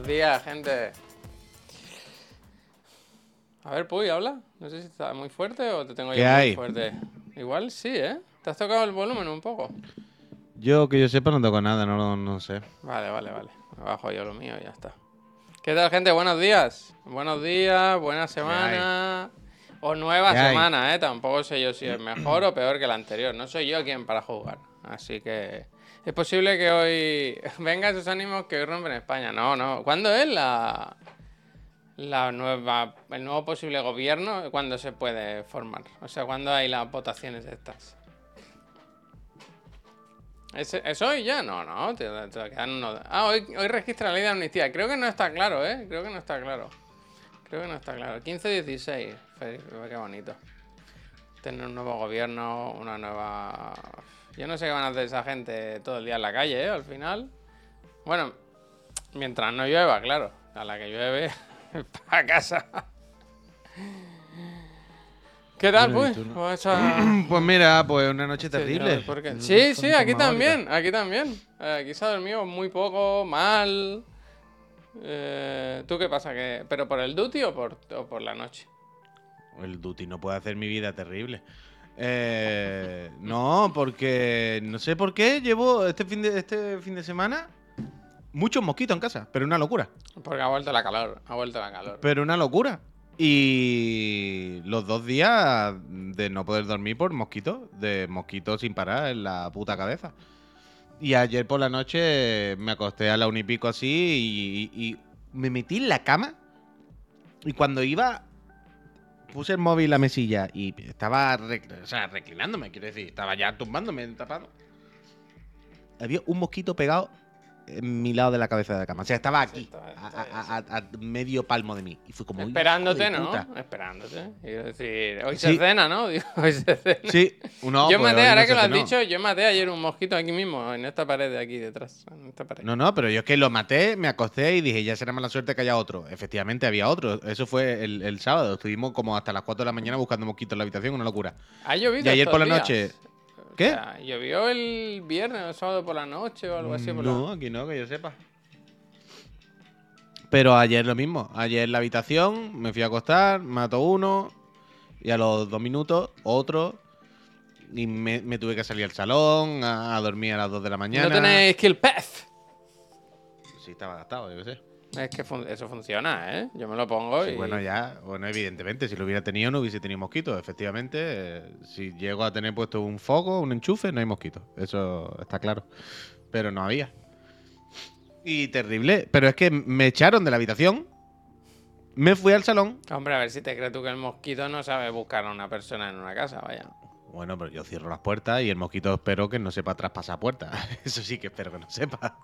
Buenos días, gente. A ver, Puy, habla. No sé si está muy fuerte o te tengo yo ¿Qué muy hay? fuerte. Igual sí, ¿eh? ¿Te has tocado el volumen un poco? Yo, que yo sepa, no toco nada, no sé. Vale. Me bajo yo lo mío y ya está. ¿Qué tal, gente? Buenos días. Buenos días, buena ¿Qué hay? semana. O nueva ¿Qué hay? semana, ¿eh? Tampoco sé yo si es mejor o peor que la anterior. No soy yo quien para jugar. Así que es posible que hoy venga esos ánimos que hoy rompen España. No. ¿Cuándo es el nuevo posible gobierno? ¿Cuándo se puede formar? O sea, ¿cuándo hay las votaciones estas? ¿Es hoy ya? No, te quedan unos... Ah, hoy registra la ley de amnistía. Creo que no está claro, ¿eh? Creo que no está claro. 15-16. Qué bonito. Tener un nuevo gobierno, una nueva... Yo no sé qué van a hacer esa gente todo el día en la calle, ¿eh? Al final. Bueno, mientras no llueva, claro. A la que llueve, para casa. ¿Qué tal, Bueno, ¿y pues? tú no? Pues Pues mira, pues una noche sí, a ver, terrible. ¿por qué? Con Sí, aquí forma eólica. también, aquí también. Aquí se ha dormido muy poco, mal. ¿Tú qué pasa? ¿Pero por el duty o por la noche? El duty no puede hacer mi vida terrible. No, porque no sé por qué llevo este fin de semana muchos mosquitos en casa, pero una locura. Porque ha vuelto la calor, ha vuelto la calor. Pero una locura. Y los 2 días de no poder dormir por mosquitos, de mosquitos sin parar en la puta cabeza. Y ayer por la noche me acosté a la 1:00 así y me metí en la cama. Y cuando iba, puse el móvil en la mesilla y estaba reclinándome, quiero decir, estaba ya tumbándome, tapado. Había un mosquito pegado en mi lado de la cabeza de la cama. O sea, estaba Sí, aquí, a medio palmo de mí. Y fue como, hijo de esperándote, puta. ¿no? Esperándote. Quiero decir, hoy se Sí, cena, ¿no? Digo, hoy se cena. sí, no, Yo pues maté, hoy no ahora que se lo has cenó. dicho, yo maté ayer un mosquito aquí mismo, en esta pared de aquí detrás. En esta pared. No, pero yo es que lo maté, me acosté y dije, ya será mala suerte que haya otro. Efectivamente, había otro. Eso fue el sábado. Estuvimos como hasta las 4 de la mañana buscando mosquitos en la habitación, una locura. ¿Ha Y llovido ayer por estos la noche. días? O ¿Qué? sea, ¿llovió el viernes o el sábado por la noche o algo así por la...? No, aquí no, que yo sepa. Pero ayer lo mismo. Ayer en la habitación me fui a acostar, mató uno y a los 2 minutos otro. Y me tuve que salir al salón a dormir a las 2 de la No mañana. tenéis Kill Path. Sí, estaba adaptado, yo qué sé. Es que eso funciona, ¿eh? Yo me lo pongo Sí, bueno, y... ya, bueno, evidentemente, si lo hubiera tenido no hubiese tenido mosquitos, efectivamente. Si llego a tener puesto un foco, un enchufe, no hay mosquitos, eso está claro. Pero no había. Y terrible, pero es que me echaron de la habitación, me fui al salón. Hombre, a ver si te crees tú que el mosquito no sabe buscar a una persona en una casa, vaya. Bueno, pero yo cierro las puertas y el mosquito espero que no sepa traspasar puertas. Eso sí que espero que no sepa.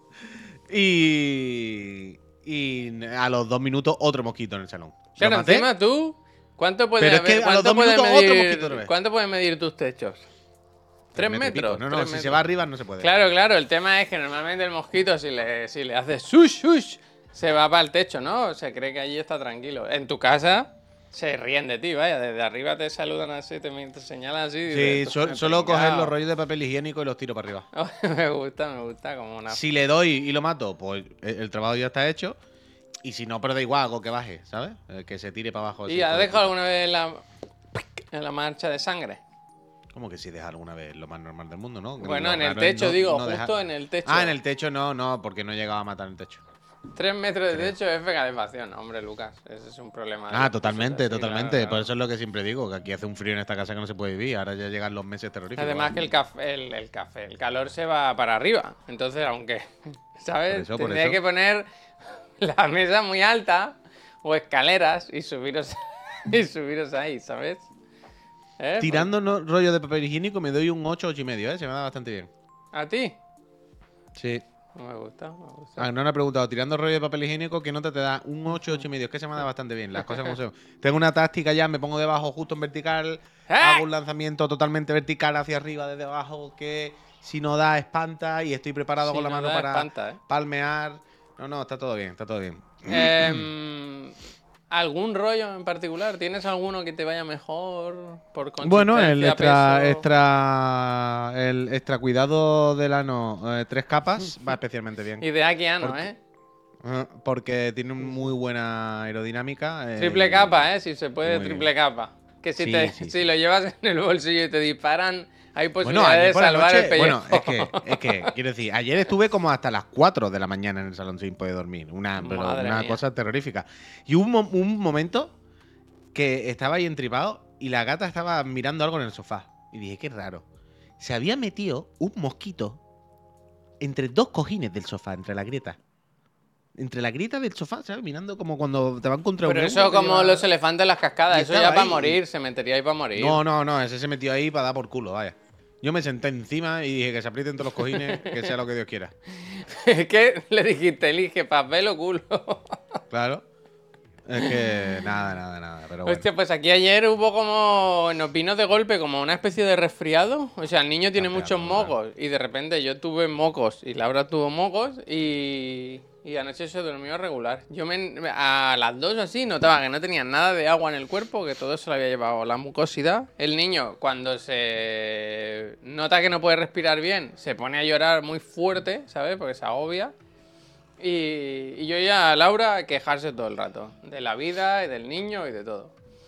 Y a los 2 minutos otro mosquito en el salón. Lo Claro, maté, encima tú, ¿cuánto pero puede es que haber, a los cuánto 2 puede minutos otro mosquito otra medir, vez. cuánto pueden medir tus techos? 3 ¿3 metros y pico. metros? No, ¿3 si se metros? va arriba no se puede. Claro, el tema es que normalmente el mosquito si le haces shush, se va para el techo, ¿no? Se cree que allí está tranquilo. En tu casa se ríen de ti, vaya, desde arriba te saludan así, te señalan así. Y Sí, dices, "Tú, qué solo coger los pringao". rollos de papel higiénico y los tiro para arriba. Me gusta, como una... Si le doy y lo mato, pues el trabajo ya está hecho. Y si no, pero da igual, algo que baje, ¿sabes? Que se tire para abajo. ¿Y Ese has hijo de dejado puta. alguna vez en la marcha de sangre? ¿Cómo que si dejar alguna vez lo más normal del mundo, no? Bueno, Lo en el raro es techo, digo, no dejar. justo en el techo. Ah, en el techo no, porque no llegaba a matar en el techo. 3 metros de Creo. techo es calefacción, hombre, Lucas. Ese es un problema de Ah, los pisos totalmente, así, totalmente. Por claro. eso es lo que siempre digo, que aquí hace un frío en esta casa que no se puede vivir. Ahora ya llegan los meses terroríficos. Además que el calor se va para arriba. Entonces, aunque, ¿sabes? Por Tendría eso. que poner la mesa muy alta o escaleras y subiros, y subiros ahí, ¿sabes? Tirando rollo de papel higiénico me doy un 8, 8,5, ¿eh? Se me da bastante bien. ¿A ti? Sí. No me gusta. Ah, no me ha preguntado, tirando rollo de papel higiénico, ¿qué nota te da? Un 8, 8,5. Es que se me da bastante bien, las cosas como son. Tengo una táctica ya, me pongo debajo justo en vertical, ¡Eh! hago un lanzamiento totalmente vertical hacia arriba desde abajo, que si no da, espanta, y estoy preparado Si con la no mano da, para espanta, ¿eh? palmear. No, está todo bien, está todo bien. ¿Algún rollo en particular? ¿Tienes alguno que te vaya mejor por Bueno, consistencia, peso? el extra cuidado del ano, 3 capas, va especialmente bien. Y de aquí a no, Porque ¿eh? Porque tiene muy buena aerodinámica. Triple capa, si se puede, muy bien. triple capa. Que si, Sí, sí, si sí. lo llevas en el bolsillo y te disparan, hay Bueno, posibilidad ayer de por la salvar el noche. pellejo. Bueno, es que, quiero decir, ayer estuve como hasta las 4 de la mañana en el salón sin poder dormir. Pero Madre una mía. cosa terrorífica. Y hubo un momento que estaba ahí entripado y la gata estaba mirando algo en el sofá. Y dije, qué raro. Se había metido un mosquito entre dos cojines del sofá, entre la grieta. Entre la grieta del sofá, ¿sabes? Mirando como cuando te van contra un Pero euro eso que como los lleva... elefantes en las cascadas, Y eso ya estaba para ahí. morir, se metería ahí para morir. No, ese se metió ahí para dar por culo, vaya. Yo me senté encima y dije que se aprieten todos los cojines, que sea lo que Dios quiera. ¿Qué le dijiste? Elige papel o culo. Claro. Es que nada, pero bueno. Hostia, pues aquí ayer hubo como. Nos vino de golpe como una especie de resfriado. O sea, el niño tiene Está muchos pegando duro. mocos. Y de repente yo tuve mocos y Laura tuvo mocos. Y anoche se durmió regular. A las 2 así notaba que no tenía nada de agua en el cuerpo, que todo se lo había llevado la mucosidad. El niño, cuando se nota que no puede respirar bien, se pone a llorar muy fuerte, ¿sabes? Porque se agobia. Y yo ya a Laura a quejarse todo el rato. De la vida y del niño y de todo.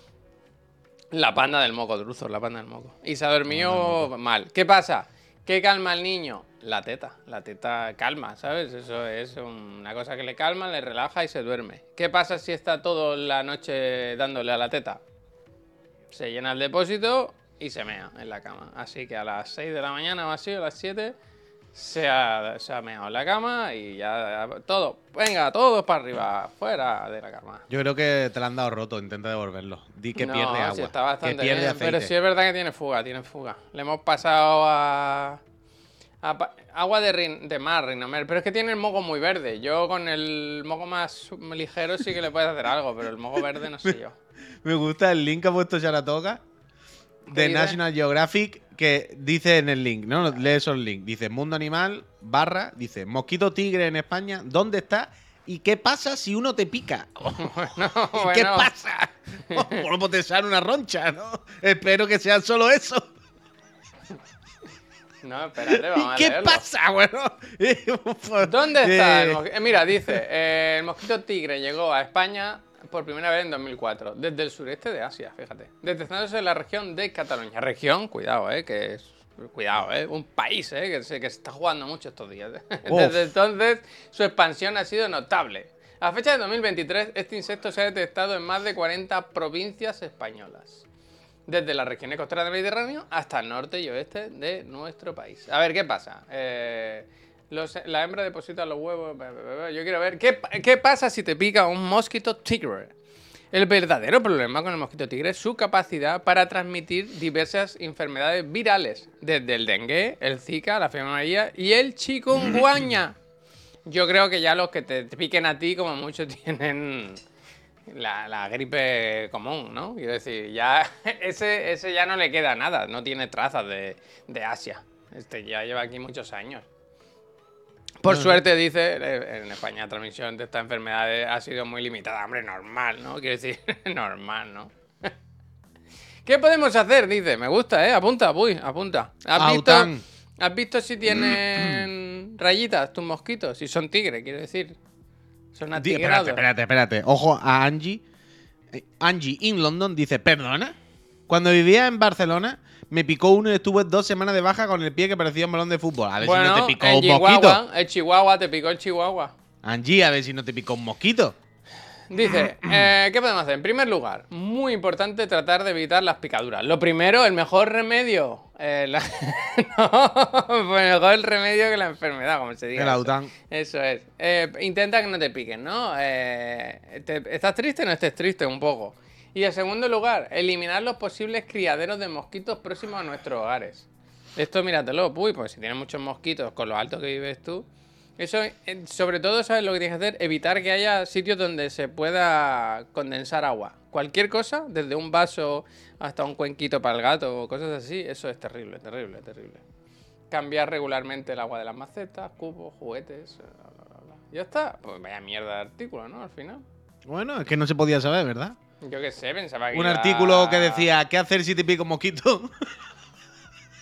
La panda del moco, Druzos, la panda del moco. Y se ha dormido mal. ¿Qué pasa? ¿Qué calma al niño? La teta. La teta calma, ¿sabes? Eso es una cosa que le calma, le relaja y se duerme. ¿Qué pasa si está toda la noche dándole a la teta? Se llena el depósito y se mea en la cama. Así que a las 6 de la mañana o así, a las 7, se ha meado en la cama y ya todo. Venga, todos para arriba, fuera de la cama. Yo creo que te la han dado roto, intenta devolverlo. Di que No, pierde agua. sí está bastante que pierde bien, aceite. pero sí es verdad que tiene fuga, tiene fuga. Le hemos pasado a agua de mar, Rinomer, pero es que tiene el moco muy verde. Yo con el moco más ligero sí que le puedes hacer algo, pero el moco verde no sé yo. Me gusta el link que ha puesto Saratoga de dice? National Geographic que dice en el link, ¿no? Lee esos links. Dice Mundo Animal, dice mosquito tigre en España, ¿dónde está? ¿Y qué pasa si uno te pica? ¿Y qué pasa? Bueno, pues te sale una roncha, ¿no? Espero que sea solo eso. No, espérate, vamos a ¿Qué leerlo. pasa? Bueno, ¿Dónde está el mosquito? Mira, dice, el mosquito tigre llegó a España por primera vez en 2004, desde el sureste de Asia, fíjate. Detectándose en la región de Cataluña. Región, cuidado, que es... Cuidado, un país, que se está jugando mucho estos días. Desde entonces, su expansión ha sido notable. A fecha de 2023, este insecto se ha detectado en más de 40 provincias españolas. Desde las regiones costeras del Mediterráneo hasta el norte y oeste de nuestro país. A ver, ¿qué pasa? La hembra deposita los huevos. Yo quiero ver, ¿qué pasa si te pica un mosquito tigre? El verdadero problema con el mosquito tigre es su capacidad para transmitir diversas enfermedades virales, desde el dengue, el zika, la fiebre amarilla y el chikungunya. Yo creo que ya los que te piquen a ti, como mucho, tienen la gripe común, ¿no? Quiero decir, ya ese ya no le queda nada, no tiene trazas de Asia. Este ya lleva aquí muchos años. Por suerte, dice, en España la transmisión de esta enfermedad ha sido muy limitada. Hombre, normal, ¿no? Quiero decir, normal, ¿no? ¿Qué podemos hacer? Dice, me gusta, apunta, apunta. ¿Has visto si tienen rayitas tus mosquitos? Si son tigres, quiero decir. Son atigrados. Espérate. Ojo a Angie. Angie in London dice, ¿perdona? Cuando vivía en Barcelona, me picó uno y estuve 2 semanas de baja con el pie que parecía un balón de fútbol. A ver si no te picó un mosquito. El Chihuahua, te picó el Chihuahua. Angie, a ver si no te picó un mosquito. Dice, ¿qué podemos hacer? En primer lugar, muy importante tratar de evitar las picaduras. Lo primero, el mejor remedio. Mejor el remedio que la enfermedad, como se diga. El Autan. Eso es. Intenta que no te piquen, ¿no? ¿Estás triste? No estés triste, un poco. Y en segundo lugar, eliminar los posibles criaderos de mosquitos próximos a nuestros hogares. Esto míratelo, pues si tienes muchos mosquitos con lo alto que vives tú. Eso, sobre todo, ¿sabes lo que tienes que hacer? Evitar que haya sitios donde se pueda condensar agua. Cualquier cosa, desde un vaso hasta un cuenquito para el gato o cosas así, eso es terrible. Cambiar regularmente el agua de las macetas, cubos, juguetes, bla. Ya está. Pues vaya mierda de artículo, ¿no? Al final. Bueno, es que no se podía saber, ¿verdad? Yo qué sé, pensaba que un artículo que decía, ¿qué hacer si te pica un mosquito?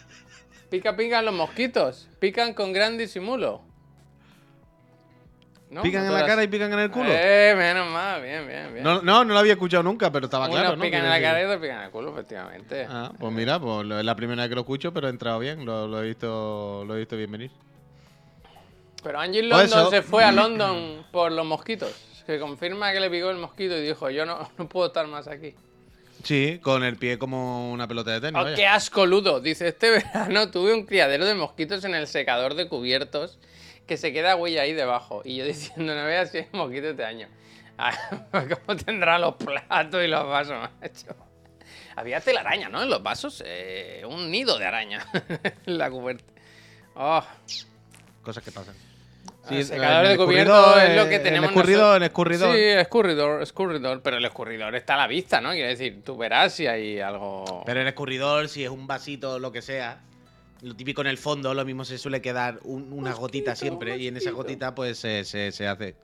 Pican los mosquitos. Pican con gran disimulo. ¿No? ¿Pican ¿No en te la las- cara y pican en el culo? Menos mal, bien, bien, bien. No lo había escuchado nunca, pero estaba Unos claro, ¿no? pican en Quiero la decir. cara y otros pican en el culo, efectivamente. Ah, pues mira, pues es la primera vez que lo escucho, pero he entrado bien, lo he visto bien venir. Pero Angie Pues London eso. se fue a London por los mosquitos. Que confirma que le picó el mosquito y dijo, yo no puedo estar más aquí. Sí, con el pie como una pelota de tenis. ¡Oh, vaya. qué asco, Ludo! Dice, este verano tuve un criadero de mosquitos en el secador de cubiertos que se queda huella ahí debajo. Y yo diciendo, no veas si hay mosquitos este año. Ah, ¿cómo tendrá los platos y los vasos, macho? Había telaraña, ¿no? En los vasos. Un nido de araña en la cubierta. Oh, Cosas que pasan. el secador en de el cubiertos es lo escurridor, que tenemos En nosotros. escurridor. Sí, escurridor. Pero el escurridor está a la vista, ¿no? Quiero decir, tú verás si hay algo... Pero en escurridor, si es un vasito o lo que sea, lo típico en el fondo, lo mismo se suele quedar una gotita siempre. Y en esa gotita, pues se hace.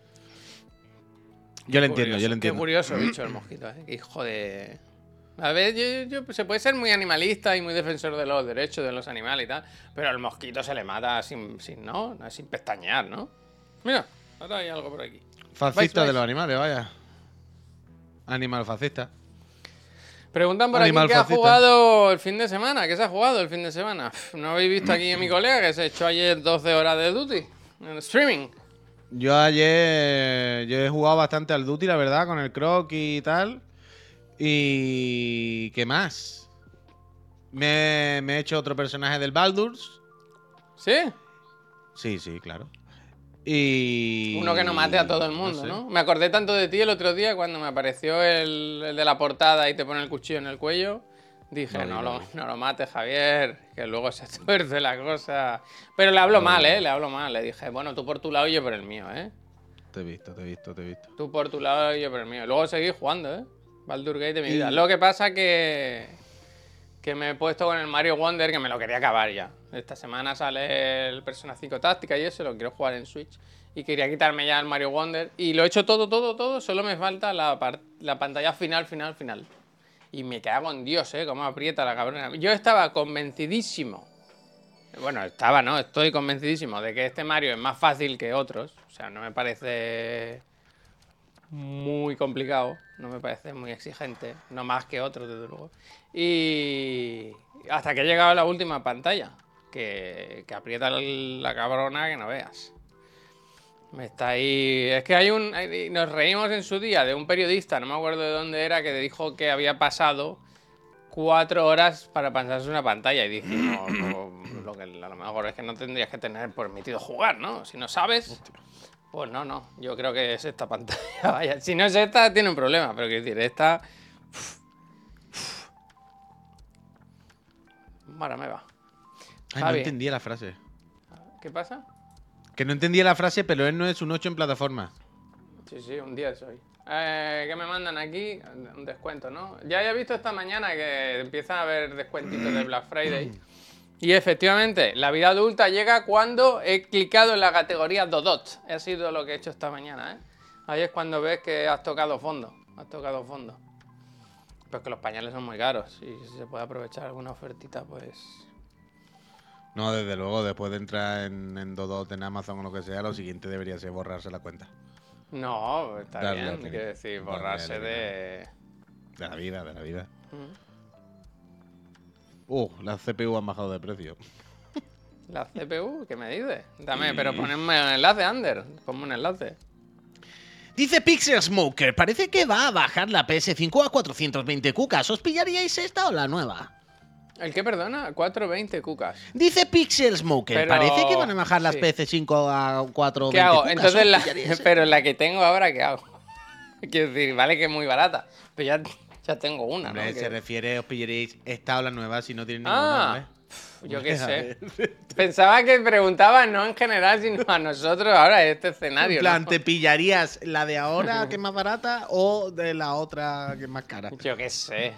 Yo lo entiendo, yo lo Qué entiendo. curioso bicho el mosquito, ¿eh? Qué hijo de... A ver, se puede ser muy animalista y muy defensor de los derechos de los animales y tal, pero al mosquito se le mata sin pestañear, ¿no? Mira, ahora hay algo por aquí. Fascista Vais. de los animales, vaya. Animal fascista. Preguntan por Animal aquí qué ha fascista. jugado el fin de semana. ¿Qué se ha jugado el fin de semana? ¿No habéis visto aquí a mi colega que se echó ayer 12 horas de Duty en streaming? Yo he jugado bastante al Duty, la verdad, con el Croc y tal. ¿Y qué más? Me he hecho otro personaje del Baldur's. ¿Sí? Sí, claro. Y... Uno que no mate a todo el mundo, sé. ¿no? Me acordé tanto de ti el otro día cuando me apareció el de la portada y te pone el cuchillo en el cuello. Dije, No lo mates, Javier, que luego se tuerce la cosa. Pero le hablo mal, ¿eh? Le hablo mal. Le dije, bueno, tú por tu lado y yo por el mío, ¿eh? Te he visto. Tú por tu lado y yo por el mío. Luego seguí jugando, ¿eh? Baldur's Gate de mi vida. Lo que pasa que me he puesto con el Mario Wonder, que me lo quería acabar ya. Esta semana sale el Persona 5 Táctica y eso, lo quiero jugar en Switch. Y quería quitarme ya el Mario Wonder. Y lo he hecho todo, solo me falta la pantalla final. Y me cago en Dios, cómo aprieta la cabrona. Yo estaba convencidísimo. Bueno, estoy convencidísimo de que este Mario es más fácil que otros. O sea, no me parece muy complicado, no me parece muy exigente, no más que otros, desde luego. Y hasta que he llegado a la última pantalla, que aprieta la cabrona que no veas. Me está ahí... Es que nos reímos en su día de un periodista, no me acuerdo de dónde era, que dijo que había pasado 4 horas para pasarse una pantalla. Y dijimos, lo que a lo mejor es que no tendrías que tener permitido jugar, ¿no? Si no sabes... Pues no, yo creo que es esta pantalla, vaya. Si no es esta, tiene un problema, pero quiero decir, esta... Mara me va. Ay, no Javi, entendía la frase. ¿qué pasa? Que no entendía la frase, pero él no es un 8 en plataforma. Sí, un 10 hoy. ¿Qué me mandan aquí? Un descuento, ¿no? Ya he visto esta mañana que empieza a haber descuentitos de Black Friday. Y efectivamente, la vida adulta llega cuando he clicado en la categoría Dodot. Ha sido lo que he hecho esta mañana, ¿eh? Ahí es cuando ves que has tocado fondo. Pero es que los pañales son muy caros. Y si se puede aprovechar alguna ofertita, pues... No, desde luego, después de entrar en Dodot, en Amazon o lo que sea, lo siguiente debería ser borrarse la cuenta. No, está Darle bien. al Quiero decir, Darle borrarse al de... De la vida. Mm. Las CPU han bajado de precio. ¿La CPU? ¿Qué me dices? Dame, pero ponedme un enlace, Ander. Ponme un enlace. Dice Pixel Smoker, parece que va a bajar la PS5 a 420 cucas. ¿Os pillaríais esta o la nueva? ¿El qué, perdona? 420 cucas. Dice Pixel Smoker, Pero- parece que van a bajar las sí. PS5 a 420 ¿Qué hago? cucas. Entonces, ¿Os pillaríais? pero la que tengo ahora, ¿qué hago? Quiero decir, vale que es muy barata, pero ya tengo una, ¿no? Hombre, Que- se refiere, os pillaréis esta o la nueva si no tienen ninguna, Ah, ¿eh? yo qué sé. Pensaba que preguntaba no en general, sino a nosotros ahora, este escenario. En plan, ¿no? ¿te pillarías la de ahora que es más barata o de la otra que es más cara? Yo qué sé.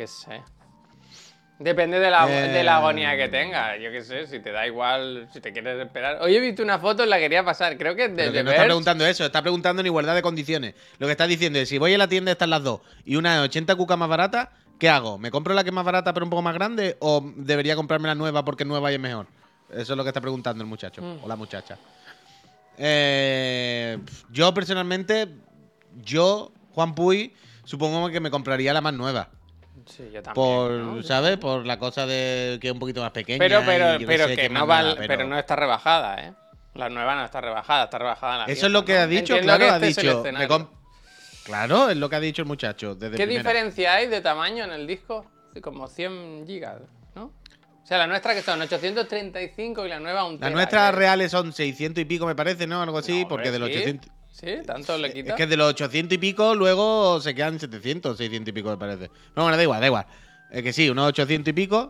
Depende de la agonía que tengas. Yo qué sé, si te da igual, si te quieres esperar. Hoy he visto una foto, la quería pasar. Creo que es de Pero The que no está Verge. preguntando eso, está preguntando en igualdad de condiciones. Lo que está diciendo es, si voy a la tienda están las dos y una es 80 cucas más barata, ¿qué hago? ¿Me compro la que es más barata pero un poco más grande o debería comprarme la nueva porque es nueva y es mejor? Eso es lo que está preguntando el muchacho o la muchacha. Yo personalmente, Juan Puy, supongo que me compraría la más nueva. Sí, yo también. Por, ¿no? ¿sabes? Por la cosa de que es un poquito más pequeña. Pero, y yo qué sé, que que es no más nueva, vale, pero no está rebajada, ¿eh? La nueva no está rebajada en la Eso vieja, es lo que ¿no? ha dicho, Entiendo claro, que ha este es el dicho. escenario. Claro, es lo que ha dicho el muchacho. Desde ¿Qué primera. diferencia hay de tamaño en el disco? Como 100 gigas, ¿no? O sea, la nuestra que son 835 y la nueva un Las tera. nuestras reales son 600 y pico, me parece, ¿no? Algo así, No, porque hombre, de los sí. 800. ¿Sí? ¿Tanto le Es quita? que de los 800 y pico luego se quedan 700, 600 y pico, me parece. No, bueno, da igual, da igual. Es que sí, unos 800 y pico.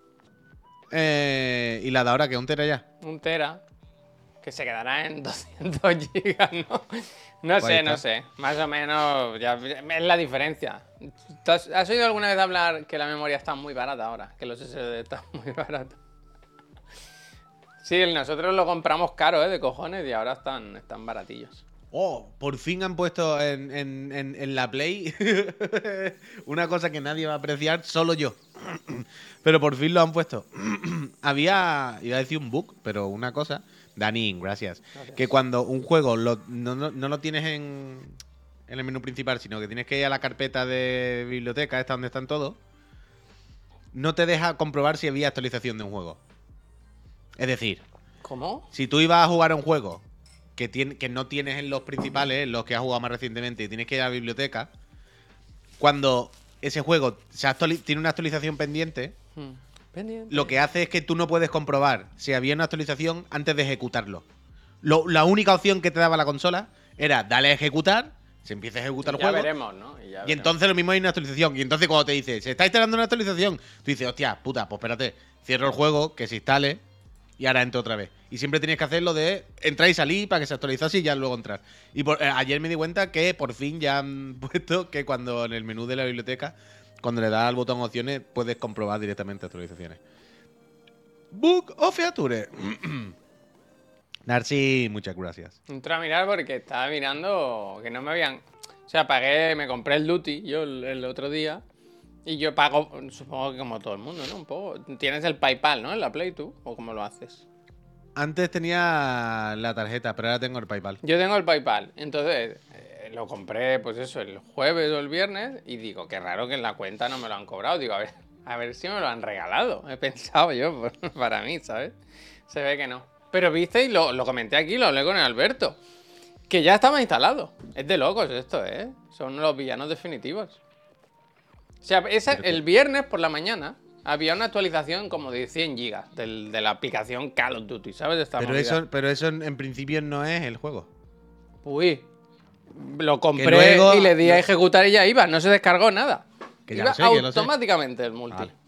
Y la de ahora, que un tera ya. Un tera. Que se quedará en 200 gigas, ¿no? No Pues ahí sé, está. no sé. Más o menos ya es la diferencia. ¿Tú has oído alguna vez hablar que la memoria está muy barata ahora? Que los SSD están muy baratos. Sí, nosotros lo compramos caro, de cojones, y ahora están baratillos. Oh, por fin han puesto en la Play una cosa que nadie va a apreciar, solo yo. Pero por fin lo han puesto. Iba a decir un bug, pero una cosa. Dani, gracias. Que cuando un juego no lo tienes en el menú principal, sino que tienes que ir a la carpeta de biblioteca, esta donde están todos, no te deja comprobar si había actualización de un juego. Es decir, ¿Cómo? si tú ibas a jugar a un juego que no tienes en los principales, en los que has jugado más recientemente, y tienes que ir a la biblioteca, cuando ese juego tiene una actualización pendiente, Pendiente. lo que hace es que tú no puedes comprobar si había una actualización antes de ejecutarlo. La única opción que te daba la consola era darle a ejecutar, se empieza a ejecutar el Ya juego, veremos, ¿no? y entonces lo mismo hay una actualización. Y entonces cuando te dice, se está instalando una actualización, tú dices, hostia, puta, pues espérate, cierro el juego, que se instale, y ahora entro otra vez. Y siempre tienes que hacerlo de entrar y salir para que se actualizase y ya luego entrar. Y ayer me di cuenta que por fin ya han puesto que cuando en el menú de la biblioteca, cuando le das al botón opciones, puedes comprobar directamente actualizaciones. Book of Feature. Narci, muchas gracias. Entré a mirar porque estaba mirando que no me habían... O sea, me compré el Duty yo el otro día. Y yo pago, supongo que como todo el mundo, ¿no? Un poco. Tienes el PayPal, ¿no? En la Play tú. ¿O cómo lo haces? Antes tenía la tarjeta, pero ahora tengo el PayPal. Yo tengo el PayPal. Entonces, lo compré, pues eso, el jueves o el viernes. Y digo, qué raro que en la cuenta no me lo han cobrado. Digo, a ver si me lo han regalado. He pensado yo, para mí, ¿sabes? Se ve que no. Pero viste, y lo comenté aquí, lo hablé con el Alberto. Que ya estaba instalado. Es de locos esto, ¿eh? Son los villanos definitivos. O sea, el viernes por la mañana había una actualización como de 100 gigas de la aplicación Call of Duty, ¿sabes? De esta movida. Pero eso en principio no es el juego. Uy, lo compré luego- y le di a ejecutar y ya iba, no se descargó nada. Que ya Iba lo sé, que lo sé. automáticamente el multi. Vale.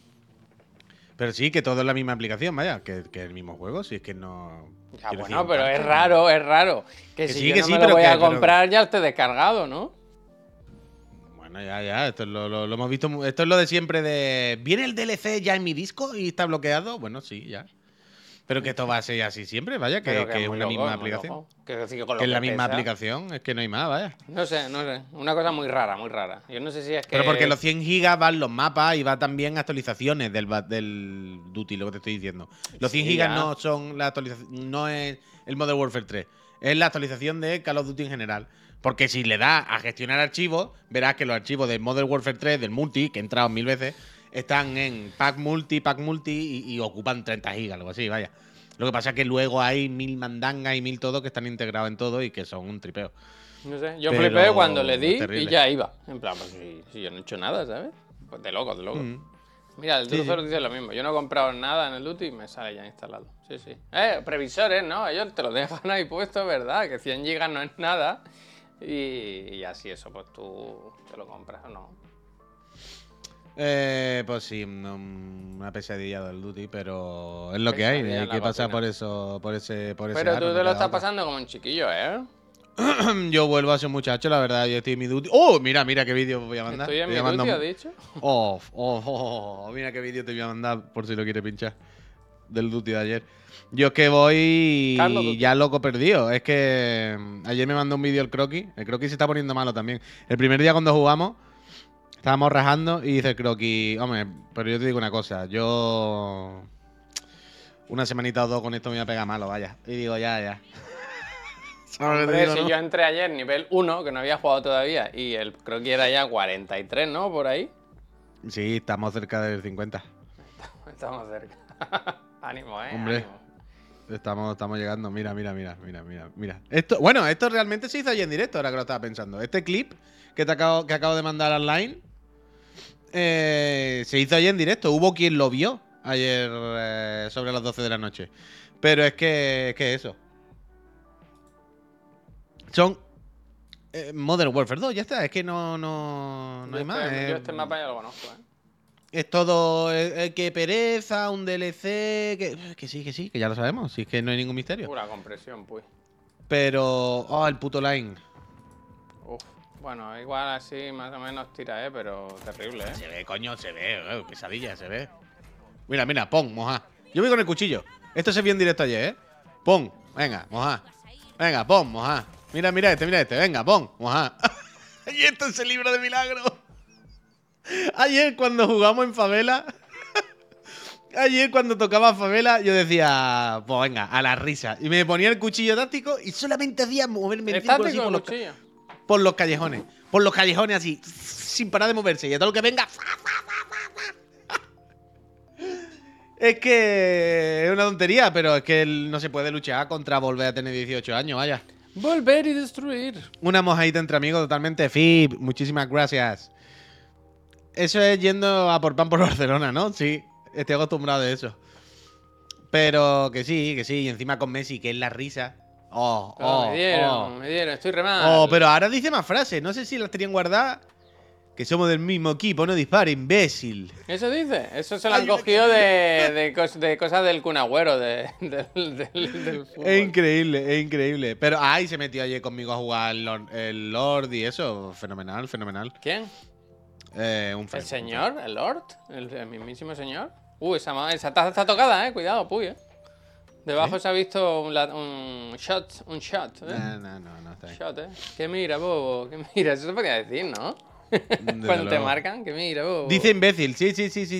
Pero sí, que todo es la misma aplicación, vaya, que el mismo juego, si es que no... Ya, quiero bueno, decir, pero aparte, es raro, es raro. Que si sí, yo que no sí, me lo pero voy a pero- comprar, ya esté descargado, ¿no? Bueno, ya, esto es lo hemos visto, esto es lo de siempre de... ¿Viene el DLC ya en mi disco y está bloqueado? Bueno, sí, ya. Pero que esto va a ser así siempre, vaya, Pero que es muy una loco, misma es muy aplicación. loco. Que decir que con lo Que es la que misma pesa. aplicación, es que no hay más, vaya. No sé, no sé. Una cosa muy rara, muy rara. Yo no sé si es que... Pero porque los 100 gigas van los mapas y va también actualizaciones del Duty, lo que te estoy diciendo. Los 100 Sí, gigas ya. no son la actualización, no es el Modern Warfare 3, es la actualización de Call of Duty en general. Porque si le das a gestionar archivos, verás que los archivos del Modern Warfare 3, del multi, que he entrado 1000 veces, están en pack multi y ocupan 30 gigas, algo así, vaya. Lo que pasa es que luego hay 1000 mandangas y 1000 todo que están integrados en todo y que son un tripeo. No sé, yo Pero flipé cuando le es di y terrible. ya iba. En plan, pues si yo no he hecho nada, ¿sabes? Pues de loco, de loco. Mira, el Sí, Truzor dice lo mismo. Yo no he comprado nada en el Duty y me sale ya instalado. Sí, sí. Previsores, ¿no? Ellos te lo dejan ahí puesto, ¿verdad? Que 100 gigas no es nada. Y así eso, pues tú te lo compras o no. Pues sí, una pesadilla del Duty, pero es lo que Pesadilla hay. en Hay la que pasar cocina. por eso, por ese Pero aro, tú no te lo queda estás otra. pasando como un chiquillo, ¿eh? Yo vuelvo a ser un muchacho, la verdad. Yo estoy en mi Duty. ¡Oh! Mira qué vídeo voy a mandar. Estoy en Te mi voy a Duty, mandar ha dicho. Mira qué vídeo te voy a mandar por si lo quieres pinchar. Del Duty de ayer. Yo es que voy Carlos Duty. ya loco perdido. Es que ayer me mandó un vídeo el Croqui. El Croqui se está poniendo malo también. El primer día cuando jugamos, estábamos rajando y dice el Croqui, hombre, pero yo te digo una cosa, yo una semanita o dos con esto me voy a pegar malo, vaya. Y digo, ya. ¿Sabes lo que te Hombre, digo, si no? yo entré ayer nivel 1, que no había jugado todavía, y el creo que era ya 43, ¿no? Por ahí. Sí, estamos cerca del 50. Estamos cerca. Ánimo, Hombre. ánimo. Estamos llegando. Mira. Esto realmente se hizo ayer en directo, ahora que lo estaba pensando. Este clip que acabo de mandar online se hizo ayer en directo. Hubo quien lo vio ayer sobre las 12 de la noche. Pero es que eso. Son Modern Warfare 2, ya está. Es que no hay más. Yo este mapa ya lo conozco, ¿eh? Es todo que pereza, un DLC. Que sí, que ya lo sabemos. Si es que no hay ningún misterio. Pura compresión, pues. Pero. Oh, el puto line. Uf. Bueno, igual así más o menos tira, pero terrible, ¿eh? Se ve, coño, se ve. Pesadilla, se ve. Mira, pon, moja. Yo voy con el cuchillo. Esto se vio en directo ayer, ¿eh? Pon, venga, moja. Venga, pon, moja. Mira este. Venga, pon, moja. Y esto es el libro de milagro. Ayer cuando jugamos en favela. Ayer cuando tocaba favela, yo decía, pues venga, a la risa. Y me ponía el cuchillo táctico y solamente hacía moverme en círculo así ¿Estático el cuchillo? por los callejones. Por los callejones así, sin parar de moverse. Y a todo lo que venga. Es que es una tontería, pero es que no se puede luchar contra volver a tener 18 años, vaya. Volver y destruir. Una mojadita entre amigos totalmente FIP. Muchísimas gracias. Eso es yendo a por pan por Barcelona, ¿no? Sí, estoy acostumbrado de eso. Pero que sí. Y encima con Messi, que es la risa. Me dieron, estoy re mal. Pero ahora dice más frases. No sé si las tenían guardadas. Que somos del mismo equipo, no dispara, imbécil. ¿Eso dice? Eso se lo han Hay una cogido de cosas del Kun Agüero, del fútbol. Es increíble. Pero, se metió ayer conmigo a jugar el Lord y eso. Fenomenal. ¿Quién? Un ¿El friend. señor? ¿El Lord? ¿El mismísimo señor? Esa taza está tocada, cuidado, puy, Debajo se ha visto un shot, No, está bien. Shot, Que mira, bobo, que mira. Eso se podría decir, ¿no? Cuando te luego. marcan, que mira, bobo. Dice imbécil, sí.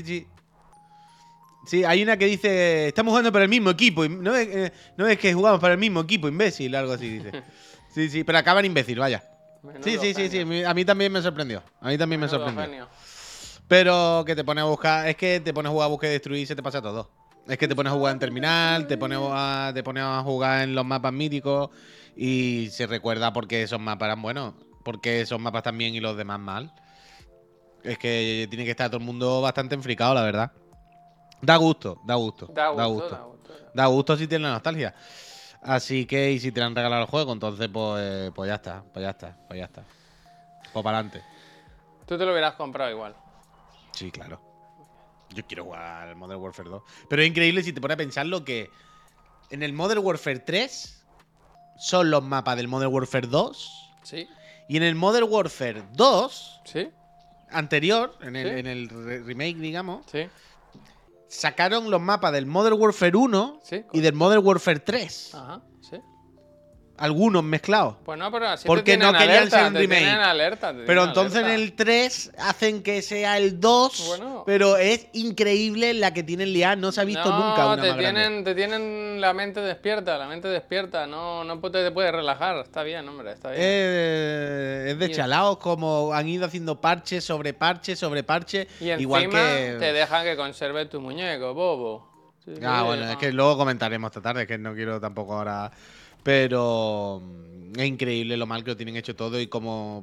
Sí, hay una que dice, estamos jugando para el mismo equipo. No es que jugamos para el mismo equipo, imbécil, algo así dice. Sí, pero acaba en imbécil, vaya. Menudo Sí. genio. A mí también me sorprendió. Menudo genio. Pero que te pones a buscar, es que te pones a jugar, buscar y destruir y se te pasa todo. Es que te pones a jugar en terminal, te pones a jugar en los mapas míticos y se recuerda por qué esos mapas eran buenos, porque esos mapas también y los demás mal. Es que tiene que estar todo el mundo bastante enfricado, la verdad. Da gusto. Da gusto. Da gusto si tienes la nostalgia. Así que, y si te han regalado el juego, entonces pues ya está. Pues para adelante. Tú te lo hubieras comprado igual. Sí, claro. Yo quiero jugar al Modern Warfare 2. Pero es increíble si te pones a pensarlo que en el Modern Warfare 3 son los mapas del Modern Warfare 2. Sí. Y en el Modern Warfare 2, Sí. anterior, en Sí. el remake, digamos, Sí. sacaron los mapas del Modern Warfare 1 Sí, y del Modern Warfare 3. Ajá, sí. Algunos mezclados. Pues no, pero así Porque te tienen no querían alerta, ser un te remake. tienen alerta, te Pero tienen entonces en alerta. el 3 hacen que sea el 2. Bueno. Pero es increíble la que tienen liada. No se ha visto nunca una te más grande. te tienen la mente despierta, no te puedes relajar, está bien, hombre, está bien. Es de chalaos, como han ido haciendo parche sobre parche sobre parche. Y encima igual que. te dejan que conserves tu muñeco, bobo. Sí, Bueno, es que luego comentaremos esta tarde, que no quiero tampoco ahora. Pero es increíble lo mal que lo tienen hecho todo y como.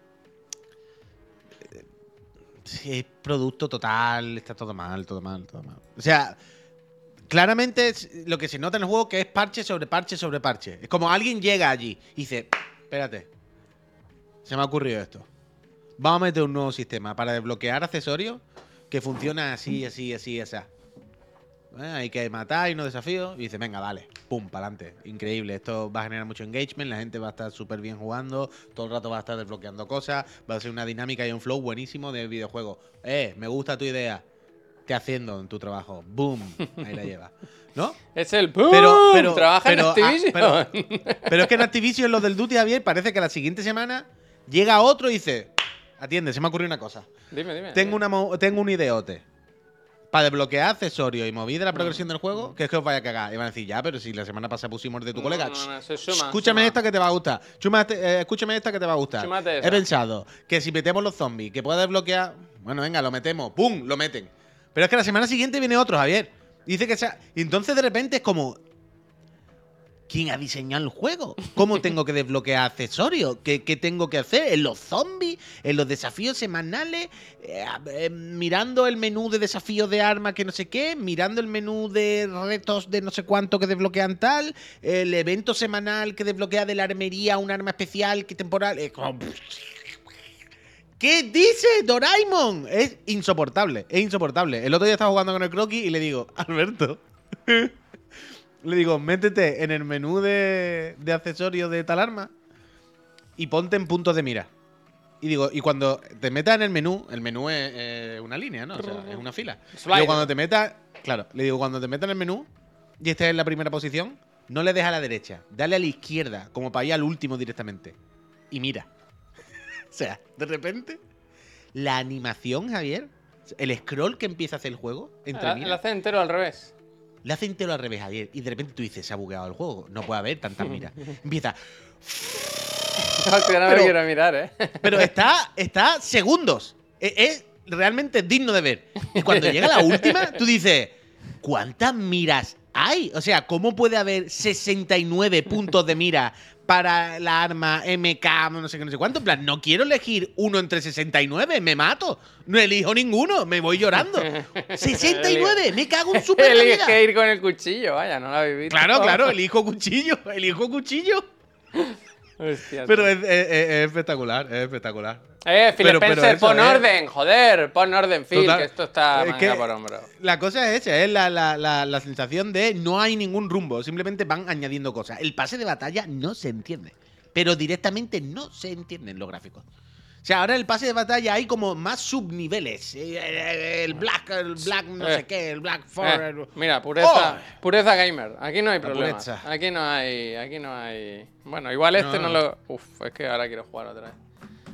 Sí, es producto total, está todo mal. O sea, claramente lo que se nota en el juego que es parche sobre parche sobre parche. Es como alguien llega allí y dice, espérate, se me ha ocurrido esto. Vamos a meter un nuevo sistema para desbloquear accesorios que funciona así. Hay que matar y unos desafíos. Y dice, venga, vale, pum, para adelante. Increíble, esto va a generar mucho engagement, la gente va a estar súper bien jugando, todo el rato va a estar desbloqueando cosas, va a ser una dinámica y un flow buenísimo de videojuego. Me gusta tu idea. ¿Qué haciendo en tu trabajo? Boom, ahí la lleva. ¿No? Es el ¡pum! Trabaja en Activision. Pero es que en Activision, los del Duty, Javier, parece que la siguiente semana llega otro y dice, atiende, se me ha ocurrido una cosa. Dime. Tengo un ideote. para desbloquear accesorios y movida la progresión del juego, que es que os vaya a cagar. Y van a decir, ya, pero si la semana pasada pusimos de tu colega. Escúchame esta que te va a gustar. Escúchame esta que te va a gustar. He pensado que si metemos los zombies, que pueda desbloquear. Bueno, venga, lo metemos. ¡Pum! Lo meten. Pero es que la semana siguiente viene otro, Javier. Dice que sea. Y entonces de repente es como. ¿Quién ha diseñado el juego? ¿Cómo tengo que desbloquear accesorios? ¿Qué tengo que hacer? ¿En los zombies? ¿En los desafíos semanales? Mirando el menú de desafíos de armas que no sé qué, mirando el menú de retos de no sé cuánto que desbloquean tal, el evento semanal que desbloquea de la armería un arma especial que temporal. ¿Qué dice Doraemon? Es insoportable, es insoportable. El otro día estaba jugando con el croquis y le digo, Alberto... Le digo, métete en el menú de accesorios de tal arma y ponte en puntos de mira. Y digo, y cuando te metas en el menú es una línea, ¿no? O sea, es una fila. Digo, cuando te metas, claro, le digo, cuando te metas en el menú y estés en la primera posición, no le des a la derecha, dale a la izquierda, como para ir al último directamente. Y mira. O sea, de repente, la animación, Javier, el scroll que empieza a hacer el juego, lo hace entero al revés. Le hace entero al revés, Javier. Y de repente tú dices, se ha bugueado el juego. No puede haber tantas miras. Empieza. Hostia, no me quiero mirar, ¿eh? Pero está segundos. Es realmente digno de ver. Y cuando llega la última, tú dices, ¿cuántas miras hay? O sea, ¿cómo puede haber 69 puntos de mira para la arma MK, no sé qué, no sé cuánto? En plan, no quiero elegir uno entre 69, me mato. No elijo ninguno, me voy llorando. 69, me cago en su puta vida. Elige ir con el cuchillo, vaya, no la habéis visto. Claro, elijo cuchillo. Hostia, pero es espectacular, es espectacular. Phil Spencer, pon orden, joder, pon orden, Phil, que esto está manga por hombro. La cosa es esa, es la sensación de no hay ningún rumbo, simplemente van añadiendo cosas. El pase de batalla no se entiende, pero directamente no se entienden los gráficos. O sea, ahora en el pase de batalla hay como más subniveles. El black no sé qué, el black 4. Mira, pureza gamer. Aquí no hay problema. Aquí no hay. Bueno, igual no lo. Uf, es que ahora quiero jugar otra vez.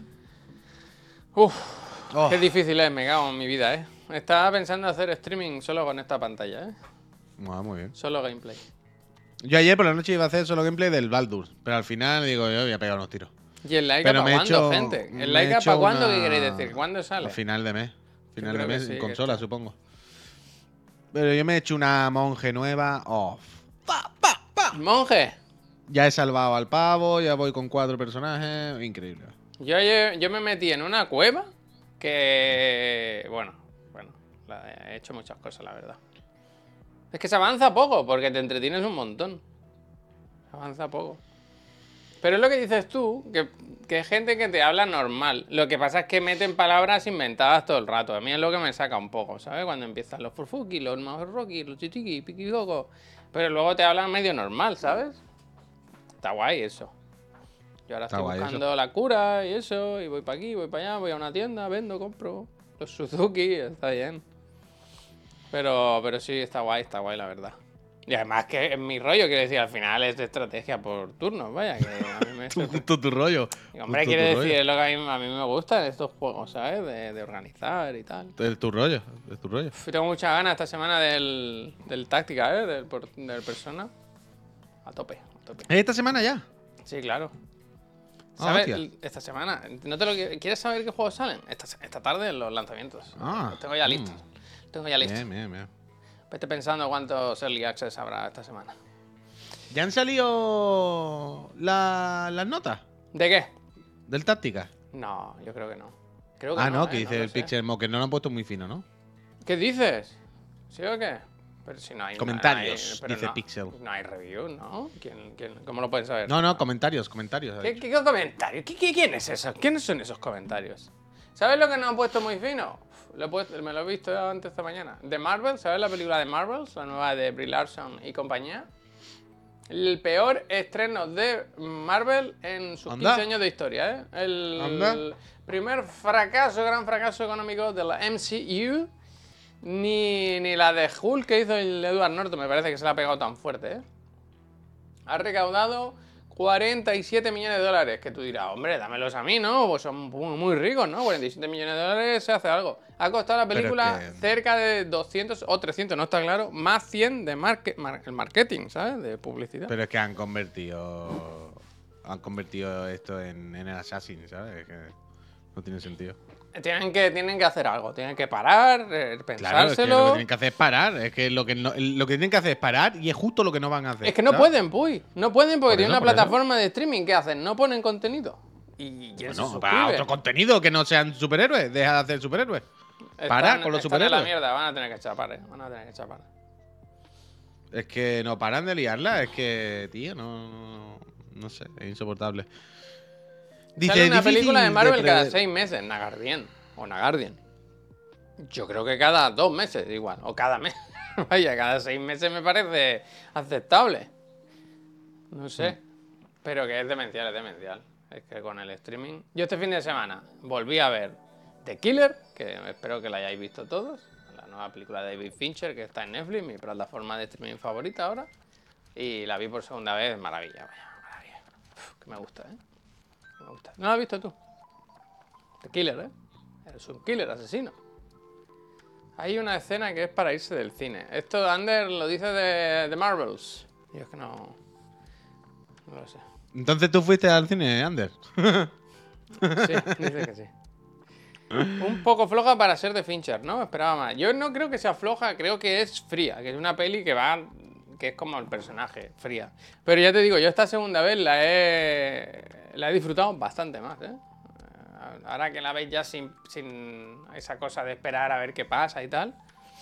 Uf, qué difícil es, me cago en mi vida, ¿eh? Estaba pensando hacer streaming solo con esta pantalla, ¿eh? Muy bien. Solo gameplay. Yo ayer por la noche iba a hacer solo gameplay del Baldur, pero al final digo, yo voy a pegar unos tiros. ¿Y el Laika para cuándo, gente? ¿El Laika para cuándo? ¿Qué queréis decir? ¿Cuándo sale? A final de mes. Final de mes, en consola, supongo. Pero yo me he hecho una monje nueva. ¿Monje? Ya he salvado al pavo, ya voy con 4 personajes. Increíble. Yo me metí en una cueva que... Bueno, he hecho muchas cosas, la verdad. Es que se avanza poco, porque te entretienes un montón. Se avanza poco. Pero es lo que dices tú, que hay gente que te habla normal. Lo que pasa es que meten palabras inventadas todo el rato. A mí es lo que me saca un poco, ¿sabes? Cuando empiezan los furfuki, los marroki, los chichiqui, piquigogo. Pero luego te hablan medio normal, ¿sabes? Está guay eso. Yo ahora estoy buscando la cura y eso, y voy para aquí, voy para allá, voy a una tienda, vendo, compro. Los Suzuki, está bien. Pero sí, está guay la verdad. Y además que es mi rollo, quiero decir, al final es de estrategia por turnos, vaya, que a mí me... tu rollo. Y, hombre, quiere decir, es lo que a mí me gusta en estos juegos, ¿sabes? De organizar y tal. Es tu rollo. Tengo muchas ganas esta semana del táctica, ¿eh? Del Persona. A tope. ¿Esta semana ya? Sí, claro. ¿Sabes? Esta semana. ¿Quieres saber qué juegos salen? Esta tarde los lanzamientos. Los tengo ya listos. Bien. Vete pensando cuántos Early Access habrá esta semana. ¿Ya han salido las notas? ¿De qué? ¿Del táctica? No, yo creo que no. Que no, que dice el Pixel Mo, que no lo han puesto muy fino, ¿no? ¿Qué dices? ¿Sí o qué? Pero si no hay... Comentarios, dice Pixel. No hay review, ¿no? ¿Cómo lo puedes saber? No, comentarios. ¿Qué comentarios? ¿Quién es eso? ¿Quiénes son esos comentarios? ¿Sabes lo que no han puesto muy fino? Me lo he visto antes esta mañana. De Marvel, ¿sabes la película de Marvels? La nueva de Brie Larson y compañía. El peor estreno de Marvel en sus 15 años de historia, ¿eh? El primer gran fracaso económico de la MCU. Ni la de Hulk que hizo el Edward Norton, me parece que se la ha pegado tan fuerte, ¿eh? Ha recaudado 47 millones de dólares. Que tú dirás, hombre, dámelos a mí, ¿no? Pues son muy ricos, ¿no? 47 millones de dólares se hace algo. Ha costado la película cerca de 200 o 300, no está claro, más 100 de el marketing, ¿sabes? De publicidad. Pero es que han convertido esto en el Assassin, ¿sabes? Es que no tiene sentido. Tienen que hacer algo, tienen que parar, pensárselo. Claro, es que lo que tienen que hacer es parar. Es que lo que tienen que hacer es parar y es justo lo que no van a hacer. Es que no ¿sabes? pueden, Puy. No pueden porque Por tienen eso, una por eso. plataforma de streaming. ¿Qué hacen? No ponen contenido. ¿Y quién se No, suscribe? para otro contenido que no sean superhéroes. Deja de hacer superhéroes. Para con los Están en la superhéroes. mierda, van a tener que chapar, Van a tener que chapar. Es que no paran de liarla. Es que, tío, no sé. Es insoportable. Sale una película de Marvel cada prever. 6 meses, Nagardian. Yo creo que cada 2 meses igual, o cada mes. Vaya, cada 6 meses me parece aceptable. No sé, pero que es demencial, es demencial. Es que con el streaming... Yo este fin de semana volví a ver The Killer, que espero que la hayáis visto todos. La nueva película de David Fincher, que está en Netflix, mi plataforma de streaming favorita ahora. Y la vi por segunda vez, maravilla, vaya, maravilla. Uf, que me gusta, Me gusta. ¿No la has visto tú? The Killer, Eres un killer, asesino. Hay una escena que es para irse del cine. Esto Ander lo dice de Marvels. Yo es que no lo sé. Entonces tú fuiste al cine, Ander. Sí, dice que sí. Un poco floja para ser de Fincher, ¿no? Esperaba más. Yo no creo que sea floja, creo que es fría, que es una peli que es como el personaje, fría. Pero ya te digo, yo esta segunda vez la he disfrutado bastante más, Ahora que la veis ya sin esa cosa de esperar a ver qué pasa y tal.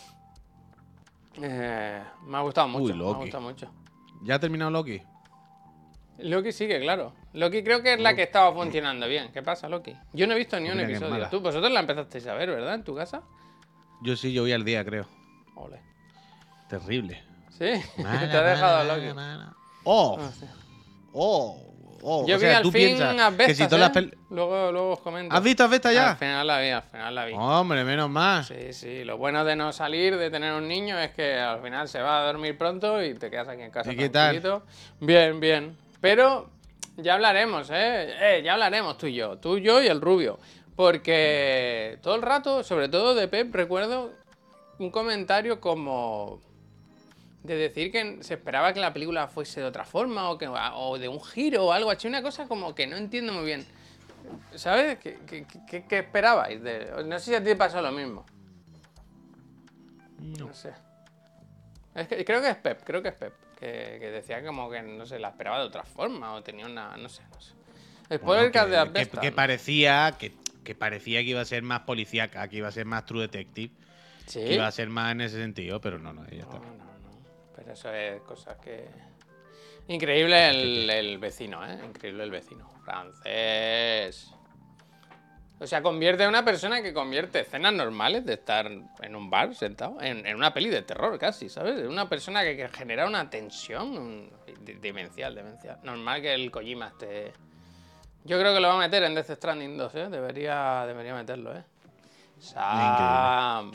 Me ha gustado mucho. Uy, Me ha Loki. gustado mucho. ¿Ya ha terminado Loki? Loki sigue, claro. Loki creo que es la que estaba funcionando bien. ¿Qué pasa, Loki? Yo no he visto ni un Mira que es episodio. mala. Vosotros la empezasteis a ver, ¿verdad? ¿En tu casa? Yo sí, yo voy al día, creo. Ole. Terrible. ¿Sí? Te ha dejado Loki. ¡Oh! Ah, sí. ¡Oh! ¡Oh! Yo O vi sea, al tú fin piensas Asbestas, que si todas las luego os comento. ¿Has visto Asbestas ya? Al final la vi. Hombre, menos mal. Sí, sí. Lo bueno de no salir, de tener un niño, es que al final se va a dormir pronto y te quedas aquí en casa ¿Y qué tal? tranquilito. Bien, bien. Pero ya hablaremos, ya hablaremos tú y yo y el rubio. Porque todo el rato, sobre todo de Pep, recuerdo un comentario como de decir que se esperaba que la película fuese de otra forma o de un giro o algo así. Una cosa como que no entiendo muy bien. ¿Sabes? ¿Qué esperabais? No sé si a ti te pasó lo mismo. No sé. Creo que es Pep. Que decía como que, no sé, la esperaba de otra forma o tenía una... No sé. Spoiler Bueno, de Asbestas. que parecía que iba a ser más policíaca, que iba a ser más True Detective, Sí. que iba a ser más en ese sentido, pero no, ya está. No. Pero eso es cosas que... Increíble el vecino, Increíble el vecino. Francés. O sea, convierte a una persona que convierte escenas normales de estar en un bar sentado en una peli de terror casi, ¿sabes? Una persona que genera una tensión demencial. Normal que el Kojima esté... Yo creo que lo va a meter en Death Stranding 2, Debería meterlo, Sam.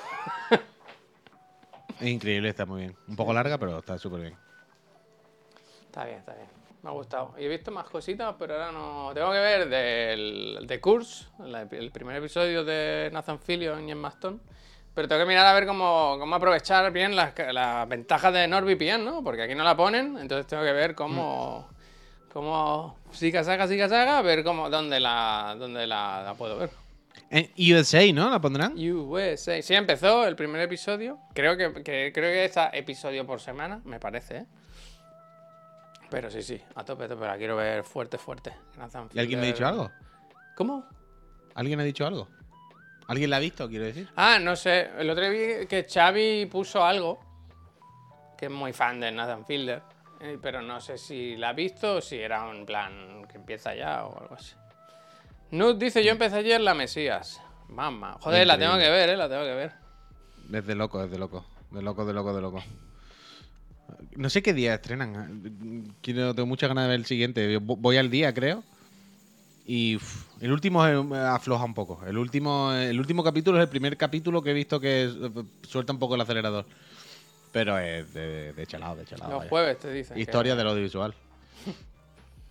Es increíble, está muy bien. Un poco larga, pero está súper bien. Está bien. Me ha gustado. Y he visto más cositas, pero ahora no... Tengo que ver The Curse, el primer episodio de Nathan Fillion y Emma Stone. Pero tengo que mirar a ver cómo aprovechar bien las ventajas de NordVPN, ¿no? Porque aquí no la ponen, entonces tengo que ver cómo siga saga, a ver dónde la puedo ver. En USA, ¿no? ¿La pondrán? USA. Sí, empezó el primer episodio. Creo que es episodio por semana, me parece, Pero sí, a tope, pero la quiero ver fuerte. ¿Y alguien me ha dicho algo? ¿Cómo? ¿Alguien ha dicho algo? ¿Alguien la ha visto, quiero decir? Ah, no sé. El otro día vi que Xavi puso algo, que es muy fan de Nathan Fielder, pero no sé si la ha visto o si era un plan que empieza ya o algo así. Nud dice, yo empecé ayer La Mesías. Mamá. Joder, la tengo que ver, la tengo que ver. Es de loco. De loco. No sé qué día estrenan. Tengo muchas ganas de ver el siguiente. Voy al día, creo. Y el último afloja un poco. El último capítulo es el primer capítulo que he visto que suelta un poco el acelerador. Pero es de chalado. Los vaya. jueves te dicen. Historia del audiovisual.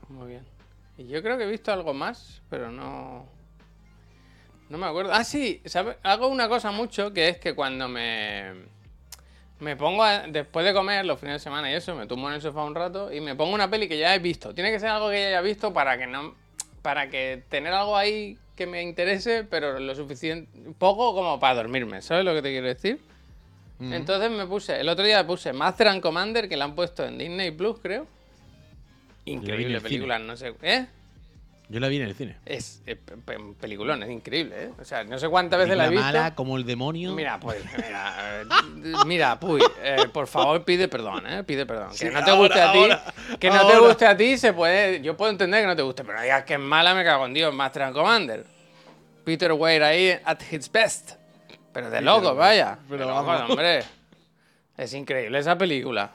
Muy bien. Y yo creo que he visto algo más, pero no... No me acuerdo. Ah, sí, ¿sabes? Hago una cosa mucho, que es que cuando me pongo después de comer los fines de semana y eso, me tumbo en el sofá un rato y me pongo una peli que ya he visto. Tiene que ser algo que ya haya visto para que no... Para que tener algo ahí que me interese, pero lo suficiente... Poco como para dormirme, ¿sabes lo que te quiero decir? Entonces el otro día puse Master and Commander, que la han puesto en Disney Plus, creo. Increíble película, no sé... ¿Eh? Yo la vi en el cine. Es peliculón, es increíble, ¿eh? O sea, no sé cuántas veces la he Película visto. mala como el demonio. Mira, pues, mira, Puy, por favor pide perdón, ¿eh? Pide perdón. Que Sí, no te guste a ti, ahora. te guste a ti, se puede... Yo puedo entender que no te guste, pero no digas que es mala, me cago en Dios, Master and Commander. Peter Weir ahí at his best. Pero de loco, vaya. pero De locos, vamos. hombre. Es increíble esa película.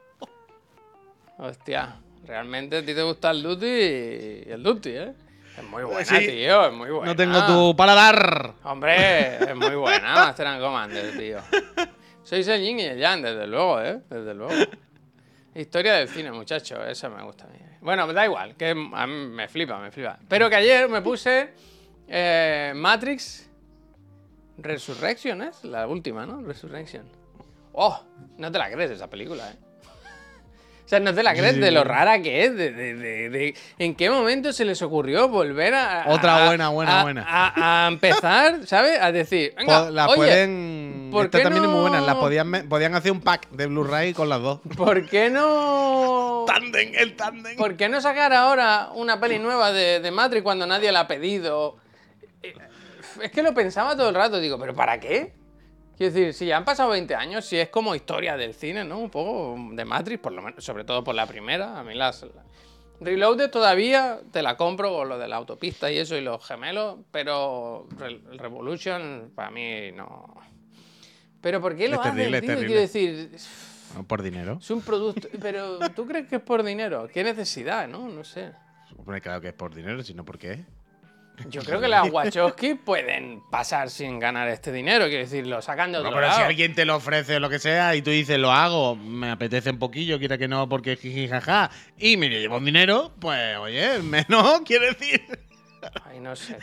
Hostia, realmente a ti te gusta el Duty y el Duty, ¿eh? Es muy buena, Sí. tío, es muy buena. No tengo tu paladar. Hombre, es muy buena Master and Commander, tío. Sois el yin y el yang, desde luego, ¿eh? Desde luego. Historia del cine, muchachos, eso me gusta a mí. Bueno, da igual, que a mí me flipa. Pero que ayer me puse Matrix Resurrection, ¿es? La última, ¿no? Resurrection. ¡Oh! No te la crees esa película, ¿eh? O sea, no te la crees de lo rara que es, de en qué momento se les ocurrió volver Otra buena. A empezar, ¿sabes? A decir, venga, La oye, pueden... ¿por Esta qué también es muy buena. no- Podían hacer un pack de Blu-ray con las dos. ¿por qué no... El tándem. ¿Por qué no sacar ahora una peli nueva de Matrix cuando nadie la ha pedido? Es que lo pensaba todo el rato, digo, ¿pero para qué? Quiero decir, si ya han pasado 20 años, si es como historia del cine, ¿no? Un poco de Matrix, por lo menos, sobre todo por la primera. A mí Reloaded todavía te la compro con lo de la autopista y eso y los gemelos, pero el Revolution para mí no. ¿Pero por qué lo hacen, terrible, tío? es Quiero decir, Por dinero. es un producto... Pero ¿tú crees que es por dinero? ¿Qué necesidad, no? No sé. Hombre, claro que es por dinero, si no, ¿por qué? Yo creo que las Wachowski pueden pasar sin ganar este dinero, quiero decir, lo sacan de otro No, pero si lado. alguien te lo ofrece o lo que sea y tú dices, lo hago, me apetece un poquillo, quiera que no, porque jiji jaja, y me llevo un dinero, pues oye, menos quiere decir. Ay, no sé.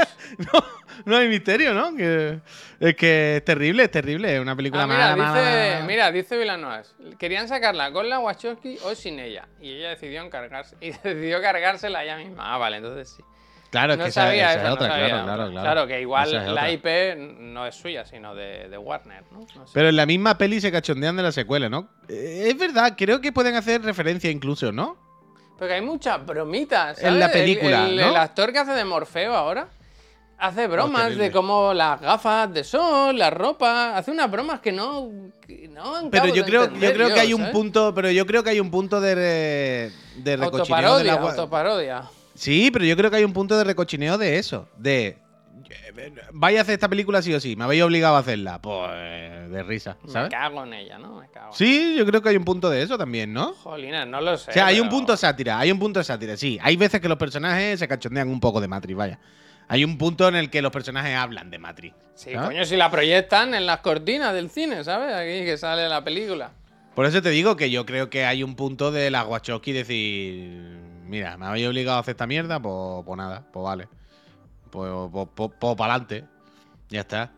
No hay misterio, ¿no? Es que es terrible, es una película mala. Mira, dice Villanueva, querían sacarla con la Wachowski o sin ella, y ella decidió cargársela ella misma. Ah, vale, entonces sí. Claro, es No que sabía esa eso, es otra, no sabía claro. otra. Claro, que igual Esa es la otra. IP no es suya, sino de Warner, ¿no? No sé. Pero en la misma peli se cachondean de la secuela, ¿no? Es verdad, creo que pueden hacer referencia incluso, ¿no? Porque hay muchas bromitas, ¿sabes? En la película, ¿no? El actor que hace de Morfeo ahora hace bromas terrible. de cómo las gafas de sol, la ropa, hace unas bromas que no Pero acabo yo de creo entender que hay un ¿sabes? punto, pero yo creo que hay un punto de recochineo de Autoparodia. Sí, pero yo creo que hay un punto de recochineo de eso, de vaya a hacer esta película sí o sí, me habéis obligado a hacerla, pues de risa, Me ¿sabes? cago en ella, ¿no? Me cago. Sí, yo creo que hay un punto de eso también, ¿no? Jolines, no lo sé. O sea, hay un pero- punto sátira, sí. Hay veces que los personajes se cachondean un poco de Matrix, vaya. Hay un punto en el que los personajes hablan de Matrix. Sí, ¿sabes? coño, si la proyectan en las cortinas del cine, ¿sabes? Aquí que sale la película. Por eso te digo que yo creo que hay un punto de la Wachowski decir, mira, me habéis obligado a hacer esta mierda, pues nada, pues vale. Pues para adelante. Ya está.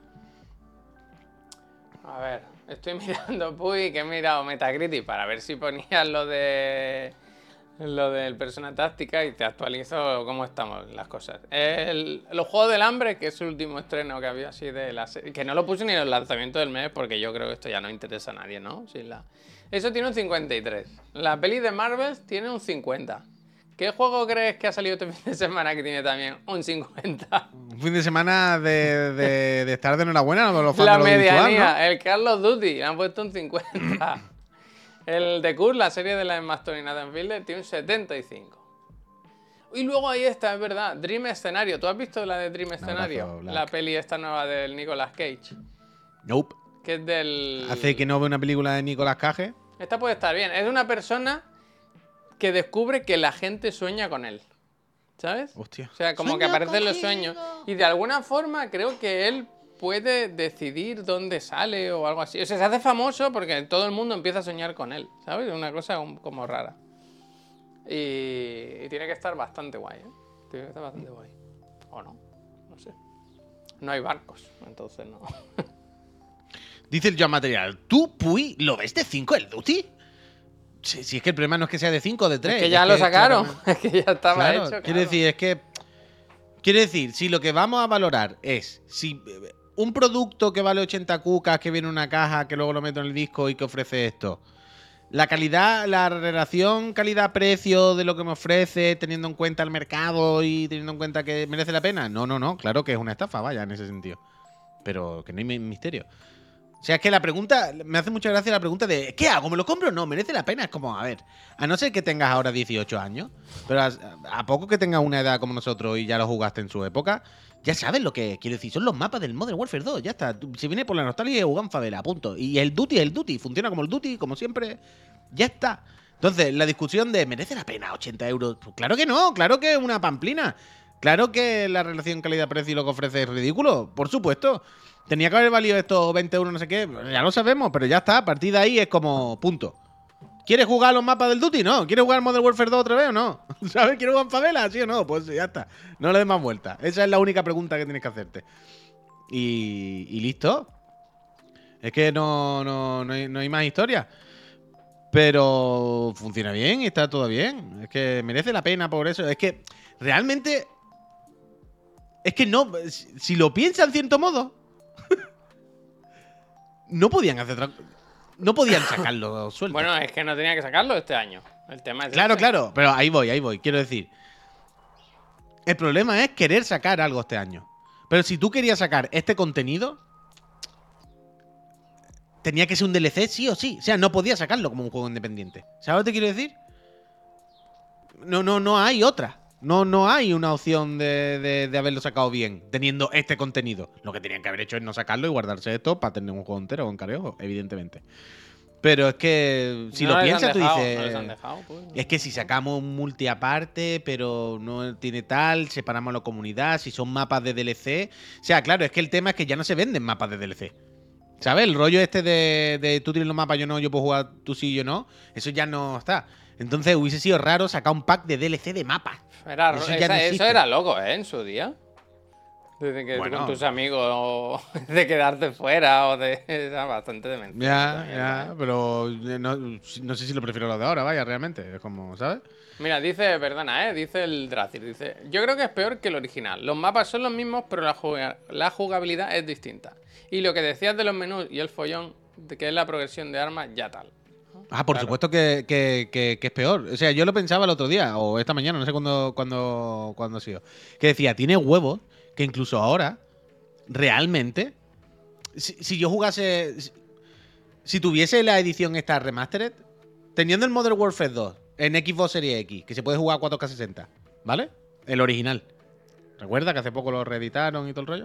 A ver, estoy mirando, Puy, que he mirado Metacritic para ver si ponías lo del Persona Táctica y te actualizo cómo estamos las cosas. Los Juegos del Hambre, que es el último estreno que había así de la serie, que no lo puse ni en el lanzamiento del mes porque yo creo que esto ya no interesa a nadie, ¿no? Eso tiene un 53. La peli de Marvel tiene un 50. ¿Qué juego crees que ha salido este fin de semana que tiene también un 50? Un fin de semana de estar de enhorabuena, ¿no? Los fans La de lo visual, medianía, ¿no? el Call of Duty, le han puesto un 50. El The Curse, la serie de la Emma Stone y Nathan Fielder, tiene un 75. Y luego ahí está, es verdad, Dream Scenario. ¿Tú has visto la de Dream Scenario? Black. La peli esta nueva del Nicolas Cage. Nope. Que es del... Hace que no vea una película de Nicolas Cage. Esta puede estar bien. Es de una persona que descubre que la gente sueña con él. ¿Sabes? Hostia. O sea, como que aparecen los sueños. Y de alguna forma creo que él puede decidir dónde sale o algo así. O sea, se hace famoso porque todo el mundo empieza a soñar con él. ¿Sabes? Una cosa como rara. Y tiene que estar bastante guay, ¿eh? Tiene que estar bastante guay. O no, no sé. No hay barcos, entonces no. Dice el Joan Material, ¿tú, Puy, lo ves de 5 el Duty? Si es que el problema no es que sea de 5 o de 3. Es que ya lo sacaron, es que ya estaba claro, hecho. Claro. Quiero decir, es que. Quiero decir, si lo que vamos a valorar es si un producto que vale 80 cucas, que viene en una caja, que luego lo meto en el disco y que ofrece esto, la calidad, la relación calidad-precio de lo que me ofrece, teniendo en cuenta el mercado y teniendo en cuenta que merece la pena. No, claro que es una estafa, vaya, en ese sentido. Pero que no hay misterio. O sea, es que la pregunta, me hace mucha gracia la pregunta de ¿qué hago? ¿Me lo compro o no? ¿Merece la pena? Es como, a ver, a no ser que tengas ahora 18 años, pero a poco que tengas una edad como nosotros y ya lo jugaste en su época, ya sabes lo que quiero decir. Son los mapas del Modern Warfare 2, ya está. Si viene por la nostalgia, jugar en favela, punto. Y el Duty es el Duty, funciona como el Duty, como siempre, ya está. Entonces, la discusión de ¿merece la pena 80 euros? Pues claro que no, claro que es una pamplina. Claro que la relación calidad-precio y lo que ofrece es ridículo, por supuesto. Tenía que haber valido esto 20 euros, no sé qué. Ya lo sabemos, pero ya está. A partir de ahí es como punto. ¿Quieres jugar los mapas del Duty? No. ¿Quieres jugar Modern Warfare 2 otra vez o no? ¿Sabes? ¿Quieres jugar en favela? ¿Sí o no? Pues ya está. No le des más vueltas. Esa es la única pregunta que tienes que hacerte. Y listo. Es que no hay más historia. Pero funciona bien y está todo bien. Es que merece la pena por eso. Es que realmente. Es que no. Si lo piensas en cierto modo. No podían hacer otra. No podían sacarlo suelto. Bueno, es que no tenía que sacarlo este año. El tema es Claro, este. claro, pero ahí voy. Quiero decir, el problema es querer sacar algo este año. Pero si tú querías sacar este contenido, tenía que ser un DLC sí o sí. O sea, no podías sacarlo como un juego independiente. ¿Sabes lo que te quiero decir? No hay otra. No hay una opción de haberlo sacado bien, teniendo este contenido. Lo que tenían que haber hecho es no sacarlo y guardarse esto para tener un juego entero con careo, evidentemente. Pero es que si No lo les han piensas, tú dejado, dices. no les han dejado, pues. Es que si sacamos un multi aparte, pero no tiene tal, separamos la comunidad, si son mapas de DLC. O sea, claro, es que el tema es que ya no se venden mapas de DLC. ¿Sabes? El rollo este de tú tienes los mapas, yo no, yo puedo jugar tú sí, yo no. Eso ya no está. Entonces hubiese sido raro sacar un pack de DLC de mapas. Eso era loco, ¿eh? En su día. Dicen que Bueno. con tus amigos de quedarte fuera o de. Era bastante demente. Ya, pero no sé si lo prefiero lo de ahora, vaya, realmente. Es como, ¿sabes? Mira, dice el Dracir, dice, yo creo que es peor que el original. Los mapas son los mismos, pero la jugabilidad es distinta. Y lo que decías de los menús y el follón, de que es la progresión de armas, ya tal. Ah, por Claro. supuesto que es peor. O sea, yo lo pensaba el otro día, o esta mañana, no sé cuándo ha sido. Que decía, tiene huevos que incluso ahora, realmente, si yo jugase. Si tuviese la edición esta remastered, teniendo el Modern Warfare 2 en Xbox Series X, que se puede jugar a 4K60, ¿vale? El original. ¿Recuerda que hace poco lo reeditaron y todo el rollo?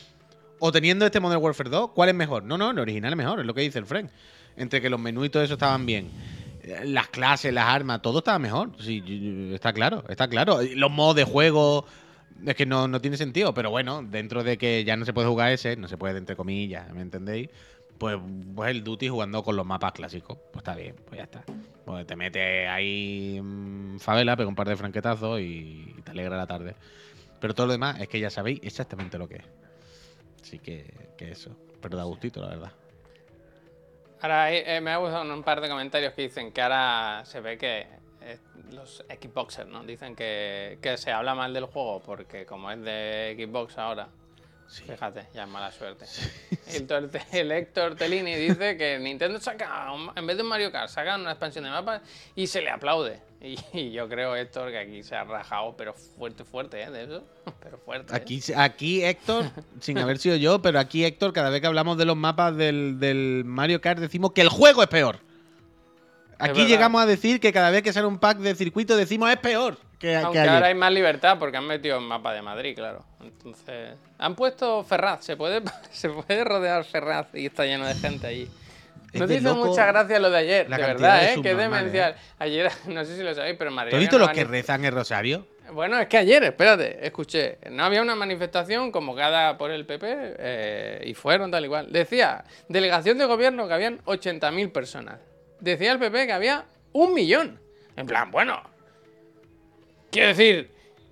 O teniendo este Modern Warfare 2, ¿cuál es mejor? No, el original es mejor, es lo que dice el Frank. Entre que los menús y todo eso estaban bien. Las clases, las armas, todo estaba mejor. Sí, está claro, está claro. Los modos de juego, es que no tiene sentido. Pero bueno, dentro de que ya no se puede jugar ese, no se puede, entre comillas, ¿me entendéis? Pues el Duty jugando con los mapas clásicos. Pues está bien, pues ya está. Pues te metes ahí favela, pega un par de franquetazos y te alegra la tarde. Pero todo lo demás es que ya sabéis exactamente lo que es. Así que eso. Pero da gustito, la verdad. Ahora me ha gustado un par de comentarios que dicen que ahora se ve que los Xboxers, ¿no? Dicen que se habla mal del juego porque como es de Xbox ahora, sí. Fíjate, ya es mala suerte. Sí. El Héctor Tellini dice que Nintendo saca, en vez de un Mario Kart, saca una expansión de mapas y se le aplaude. Y yo creo, Héctor, que aquí se ha rajado, pero fuerte, ¿eh? De eso. Pero fuerte. Aquí Héctor, sin haber sido yo, pero aquí Héctor, cada vez que hablamos de los mapas del Mario Kart, decimos que el juego es peor. Aquí llegamos a decir que cada vez que sale un pack de circuito decimos es peor Aunque ahora hay más libertad porque han metido el mapa de Madrid, claro. Entonces, han puesto Ferraz, se puede rodear Ferraz y está lleno de gente allí. Nos hizo muchas gracias lo de ayer, de verdad, qué demencial. Ayer, no sé si lo sabéis, pero en Madrid. ¿Tú has visto los que rezan el rosario? Bueno, es que ayer, espérate, escuché, no había una manifestación convocada por el PP y fueron tal y cual. Decía, delegación de gobierno que habían 80.000 personas. Decía el PP que había 1 millón. En plan, bueno, Quiero decir...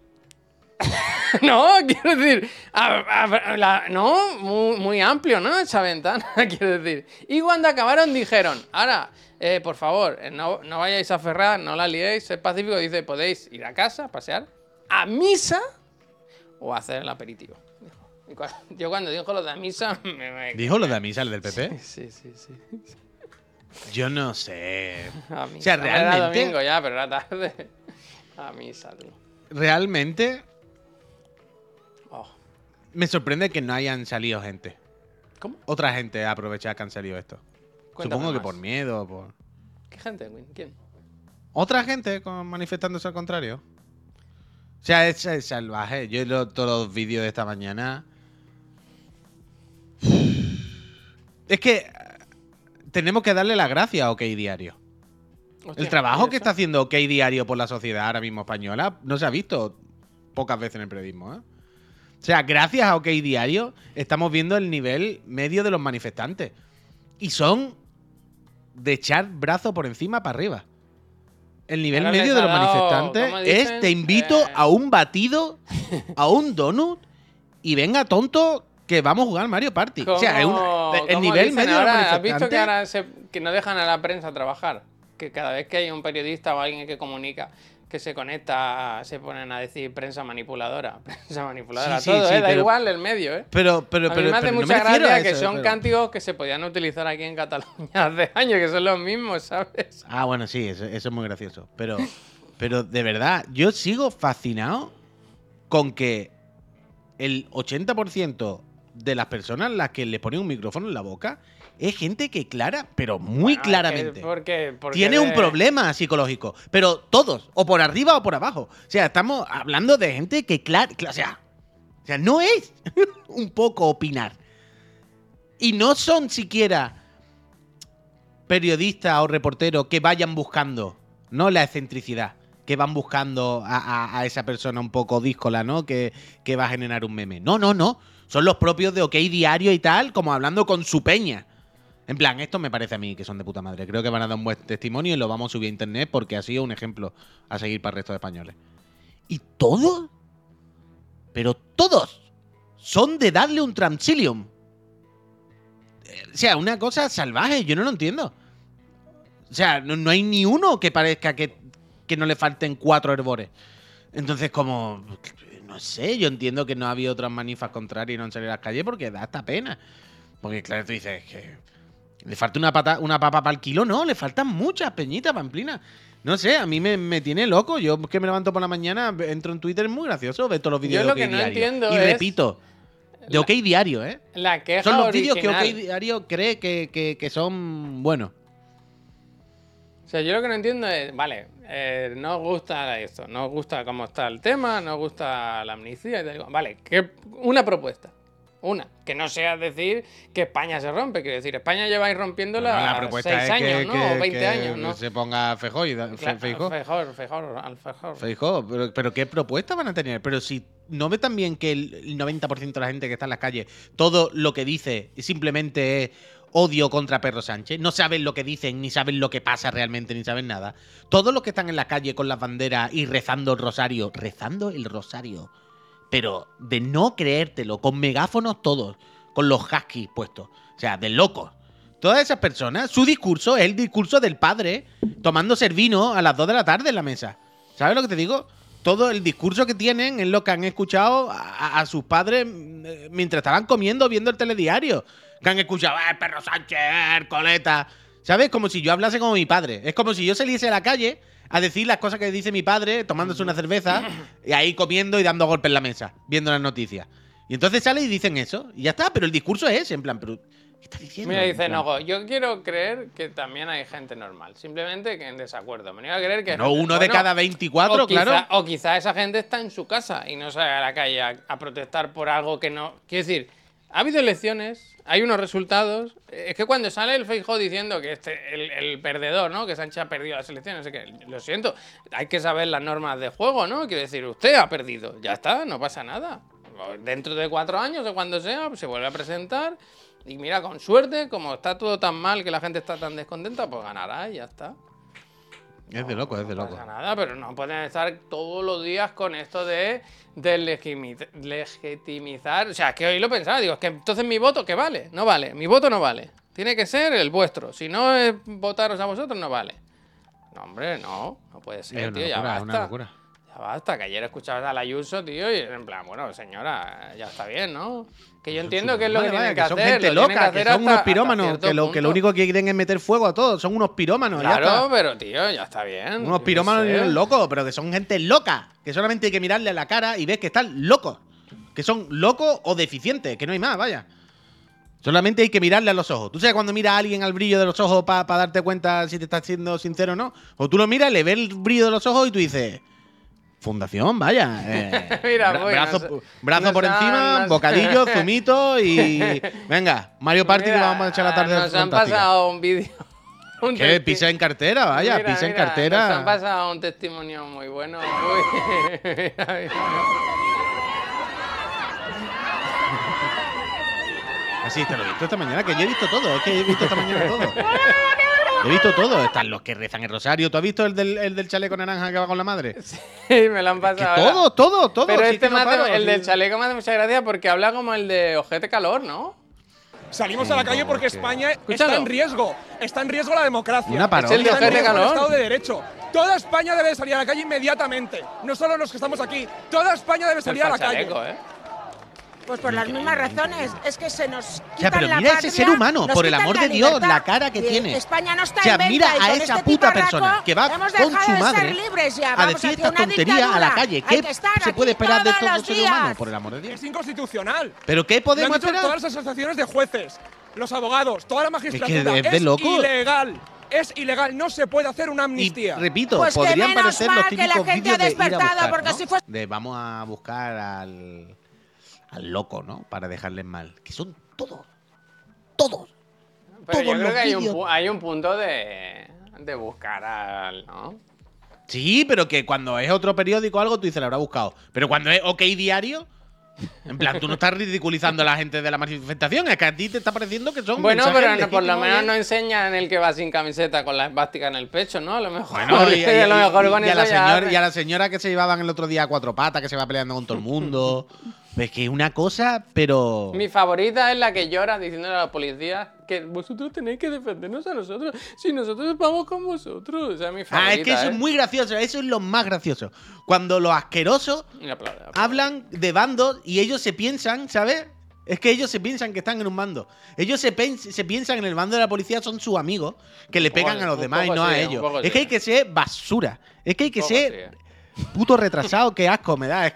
No, quiero decir... no, muy amplio, ¿no? Esa ventana, quiero decir. Y cuando acabaron dijeron, ahora, por favor, no vayáis a Ferrar, no la liéis, sed pacífico. Dice, podéis ir a casa, pasear, a misa o hacer el aperitivo. Yo cuando dijo lo de misa... ¿Dijo lo de misa, el del PP? Sí. Yo no sé. A misa. O sea, Era realmente... domingo ya, pero era tarde. A misa, tú. Realmente... Oh. Me sorprende que no hayan salido gente. ¿Cómo? Otra gente ha aprovechado que han salido esto. Cuéntame Supongo que más. por miedo, por... ¿Qué gente, Win? ¿Quién? Otra gente manifestándose al contrario. O sea, es salvaje. Yo todos los vídeos de esta mañana... Es que tenemos que darle las gracias a OK Diario. Hostia, El trabajo ¿y que eso? está haciendo OK Diario por la sociedad ahora mismo española no se ha visto pocas veces en el periodismo, ¿eh? O sea, gracias a OK Diario estamos viendo el nivel medio de los manifestantes. Y son de echar brazo por encima para arriba. El nivel Ahora medio les de ha los dado, manifestantes ¿cómo dicen? es te invito a un batido, a un donut y venga tonto que vamos a jugar Mario Party. O sea, es el ¿Cómo nivel dicen medio de los ahora? ¿Has visto que manifestantes. ahora que no dejan a la prensa trabajar? Que cada vez que hay un periodista o alguien que comunica, que se conecta, se ponen a decir prensa manipuladora. Prensa manipuladora, Sí, todo, sí, da pero- igual el medio, ¿eh? Pero A mí me hace no mucha refiero a gracia que eso, son pero- cánticos que se podían utilizar aquí en Cataluña hace años, que son los mismos, ¿sabes? Ah, bueno, sí, eso es muy gracioso. Pero de verdad, yo sigo fascinado con que el 80% de las personas a las que le ponen un micrófono en la boca es gente que clara, pero muy Bueno, es que claramente, porque tiene un problema psicológico. Pero todos, o por arriba o por abajo. O sea, estamos hablando de gente que o sea, no es un poco opinar. Y no son siquiera periodistas o reporteros que vayan buscando, no la excentricidad, que van buscando a esa persona un poco díscola, ¿no? Que va a generar un meme. No. Son los propios de OK Diario y tal, como hablando con su peña. En plan, esto me parece a mí que son de puta madre. Creo que van a dar un buen testimonio y lo vamos a subir a internet porque ha sido un ejemplo a seguir para el resto de españoles. Y todos, pero todos, son de darle un Tramsilium. O sea, una cosa salvaje, yo no lo entiendo. O sea, no hay ni uno que parezca que no le falten 4 herbores. Entonces, como... No sé, yo entiendo que no ha habido otras manifas contrarias y no han salido a las calles porque da esta pena. Porque claro, tú dices que le falta una papa para el kilo, no, le faltan muchas peñitas, pamplina. No sé, a mí me tiene loco. Yo que me levanto por la mañana, entro en Twitter, es muy gracioso ver todos los vídeos Yo de lo OK que no Diario. entiendo y es repito, de OK Diario, ¿eh? La queja Son los vídeos que original. OK Diario cree que son buenos. O sea, yo lo que no entiendo es, vale, no os gusta esto, no os gusta cómo está el tema, no os gusta la amnistía y tal. Vale, una propuesta. Una, que no sea decir que España se rompe, quiero decir, España lleva ahí rompiéndola Bueno, la propuesta 6 es años, ¿no? O 20 años, ¿no? se ponga Feijóo y Feijóo. Feijóo. Pero ¿qué propuestas van a tener? Pero si no ve también que el 90% de la gente que está en las calles, todo lo que dice simplemente es odio contra Pedro Sánchez, no saben lo que dicen, ni saben lo que pasa realmente, ni saben nada. Todos los que están en la calle con las banderas y rezando el rosario, pero de no creértelo, con megáfonos todos, con los huskies puestos, o sea, de locos. Todas esas personas, su discurso es el discurso del padre tomándose el vino a las 2 de la tarde en la mesa. ¿Sabes lo que te digo? Todo el discurso que tienen es lo que han escuchado a sus padres mientras estaban comiendo, viendo el telediario. Que han escuchado, Perro Sánchez, coleta. ¿Sabes? Como si yo hablase como mi padre. Es como si yo saliese a la calle a decir las cosas que dice mi padre, tomándose una cerveza, y ahí comiendo y dando golpes en la mesa, viendo las noticias. Y entonces sale y dicen eso, y ya está, pero el discurso es ese, en plan, pero ¿qué estás diciendo? Mira, En dice plan, Nogo, yo quiero creer que también hay gente normal, simplemente que en desacuerdo. Me niego a creer que... No, uno de cada 24, claro. O quizá esa gente está en su casa y no sale a la calle a protestar por algo que no... Quiero decir, ha habido elecciones, hay unos resultados. Es que cuando sale el Feijóo diciendo que el perdedor, ¿no? Que Sánchez ha perdido las elecciones, no sé qué, lo siento, hay que saber las normas de juego, ¿no? Quiero decir, usted ha perdido, ya está, no pasa nada. Dentro de 4 años o cuando sea, pues se vuelve a presentar y mira, con suerte, como está todo tan mal que la gente está tan descontenta, pues ganará y ya está. Es de loco, es de No loco. pasa nada, pero no pueden estar todos los días con esto de legitimizar. O sea, es que hoy lo pensaba, digo, es que entonces mi voto, ¿qué vale? No vale, mi voto no vale. Tiene que ser el vuestro. Si no es votaros a vosotros, no vale. No, hombre, no puede ser, Es una tío, ya locura, es basta. una locura. Ya basta, que ayer escuchabas a la Ayuso, tío, y en plan, bueno, señora, ya está bien, ¿no? Que yo entiendo que es lo que Madre, tienen que vaya, son hacer. gente lo tienen loca, que hacer son unos hasta pirómanos, cierto que lo punto. único que quieren es meter fuego a todos, son unos pirómanos, ya Claro, está. pero tío, ya está bien. Unos yo qué pirómanos y sé. unos locos, pero que son gente loca, que solamente hay que mirarle a la cara y ves que están locos, que son locos o deficientes, que no hay más, vaya. Solamente hay que mirarle a los ojos. ¿Tú sabes cuando miras a alguien al brillo de los ojos para darte cuenta si te estás siendo sincero o no? O tú lo miras, le ves el brillo de los ojos y tú dices... Fundación, vaya. Mira, voy, brazo por encima, bocadillo, zumito y. Venga, Mario Party que Mira, vamos a echar la tarde nos han fantástica. pasado un vídeo. ¿Qué? Pisa en cartera, vaya, Mira, pisa en mira, cartera. Nos han pasado un testimonio muy bueno. Uy. Mira, mira. Así te lo he visto esta mañana, que yo he visto todo, es que he visto esta mañana todo. He visto todo, están los que rezan el rosario. ¿Tú has visto el del chaleco naranja que va con la madre? Sí, me lo han Que pasado. todo. Pero si es este que no me hace- paro, el si- del chaleco me hace mucha gracia porque habla como el de ojete calor, ¿no? Salimos a la calle porque España Escúchalo. está en riesgo. Está en riesgo la democracia. Una parodia. Es el de Está en ojete riesgo el calor. Estado de Derecho. Toda España debe salir a la calle inmediatamente. No solo los que estamos aquí. Toda España debe El salir a la calle. chaleco, ¿eh? Pues por las mismas razones. Es que se nos O quitan sea, pero la mira patria, ese ser humano, nos por el quitan amor la de Dios, libertad. la cara que Y tiene. España no está O sea, en venta mira y a con esa este puta tiparraco persona que va hemos con dejado su de madre ser libres ya. a Vamos decir hacia estas una tonterías a la dictadura. calle. Hay ¿Qué que estar se aquí puede esperar de todos estos los seres humanos, días. por el amor de Dios? Es inconstitucional. ¿Pero qué Lo han podemos dicho esperar? todas las asociaciones de jueces, los abogados, toda la magistratura. es de loco. Ilegal. Es ilegal. No se puede hacer una Y amnistía. repito, Pues que podrían menos parecer los mal que la típicos gente vídeos ha de ir a despertado, buscar, porque ¿no? si fuese- De vamos a buscar al loco, ¿no? Para dejarles mal. Que son todos. Pero Todos yo creo los que vídeos. hay un punto de buscar al, ¿no? Sí, pero que cuando es otro periódico o algo, tú dices, lo habrá buscado. Pero cuando es OK Diario, en plan, tú no estás ridiculizando a la gente de la manifestación, es que a ti te está pareciendo que son Bueno, mensajes pero por lo legítimos menos y- no enseñan el que va sin camiseta con la esvástica en el pecho, ¿no? A lo mejor. Bueno, a lo mejor con y a eso la ya señora, hacen. y a la señora que se llevaban el otro día a cuatro patas, que se va peleando con todo el mundo. Es que es una cosa, pero. Mi favorita es la que llora diciéndole a la policía que vosotros tenéis que defendernos a nosotros. Si nosotros vamos con vosotros. O sea, mi favorita. Es que eso es muy gracioso, eso es lo más gracioso. Cuando los asquerosos Y aplaude. hablan de bandos y ellos se piensan, ¿sabes? Es que ellos se piensan que están en un bando. Ellos se piensan en el bando de la policía, son sus amigos que le pegan a los un demás y poco no a sí, un ellos. poco Es sí. que hay que ser basura. Es que hay que Poco ser puto retrasado, qué asco me da.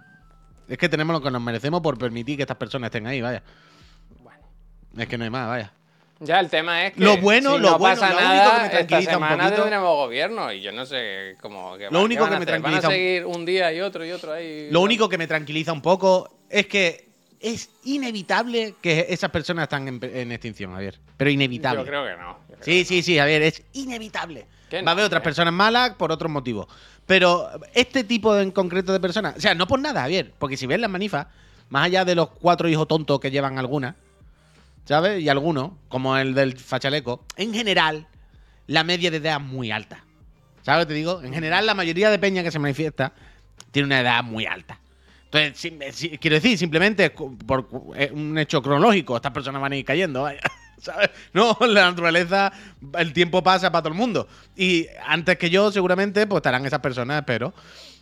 Es que tenemos lo que nos merecemos por permitir que estas personas estén ahí, vaya. Bueno. Es que no hay más, vaya. Ya el tema es que Lo bueno, si lo no bueno, pasa lo único nada, que me tranquiliza esta un semana poquito- tendremos gobierno y yo no sé cómo Lo único ¿qué van que a me hacer? tranquiliza Van a un- seguir un día y otro ahí. Lo único que me tranquiliza un poco es que es inevitable que esas personas están en extinción, Javier. Pero inevitable. Yo creo que no. Yo creo Sí, que sí, Javier, es inevitable. Que Va no, a haber otras ¿eh? personas malas por otros motivos. Pero este tipo en concreto de personas, o sea, no por nada, Javier, porque si ves las manifas, más allá de los 4 hijos tontos que llevan algunas, ¿sabes? Y algunos, como el del fachaleco, en general, la media de edad es muy alta. ¿Sabes lo que te digo? En general, la mayoría de peña que se manifiesta tiene una edad muy alta. Entonces, quiero decir, simplemente por un hecho cronológico, estas personas van a ir cayendo, vaya. ¿Sabes? No, la naturaleza, el tiempo pasa para todo el mundo. Y antes que yo, seguramente, pues estarán esas personas, espero.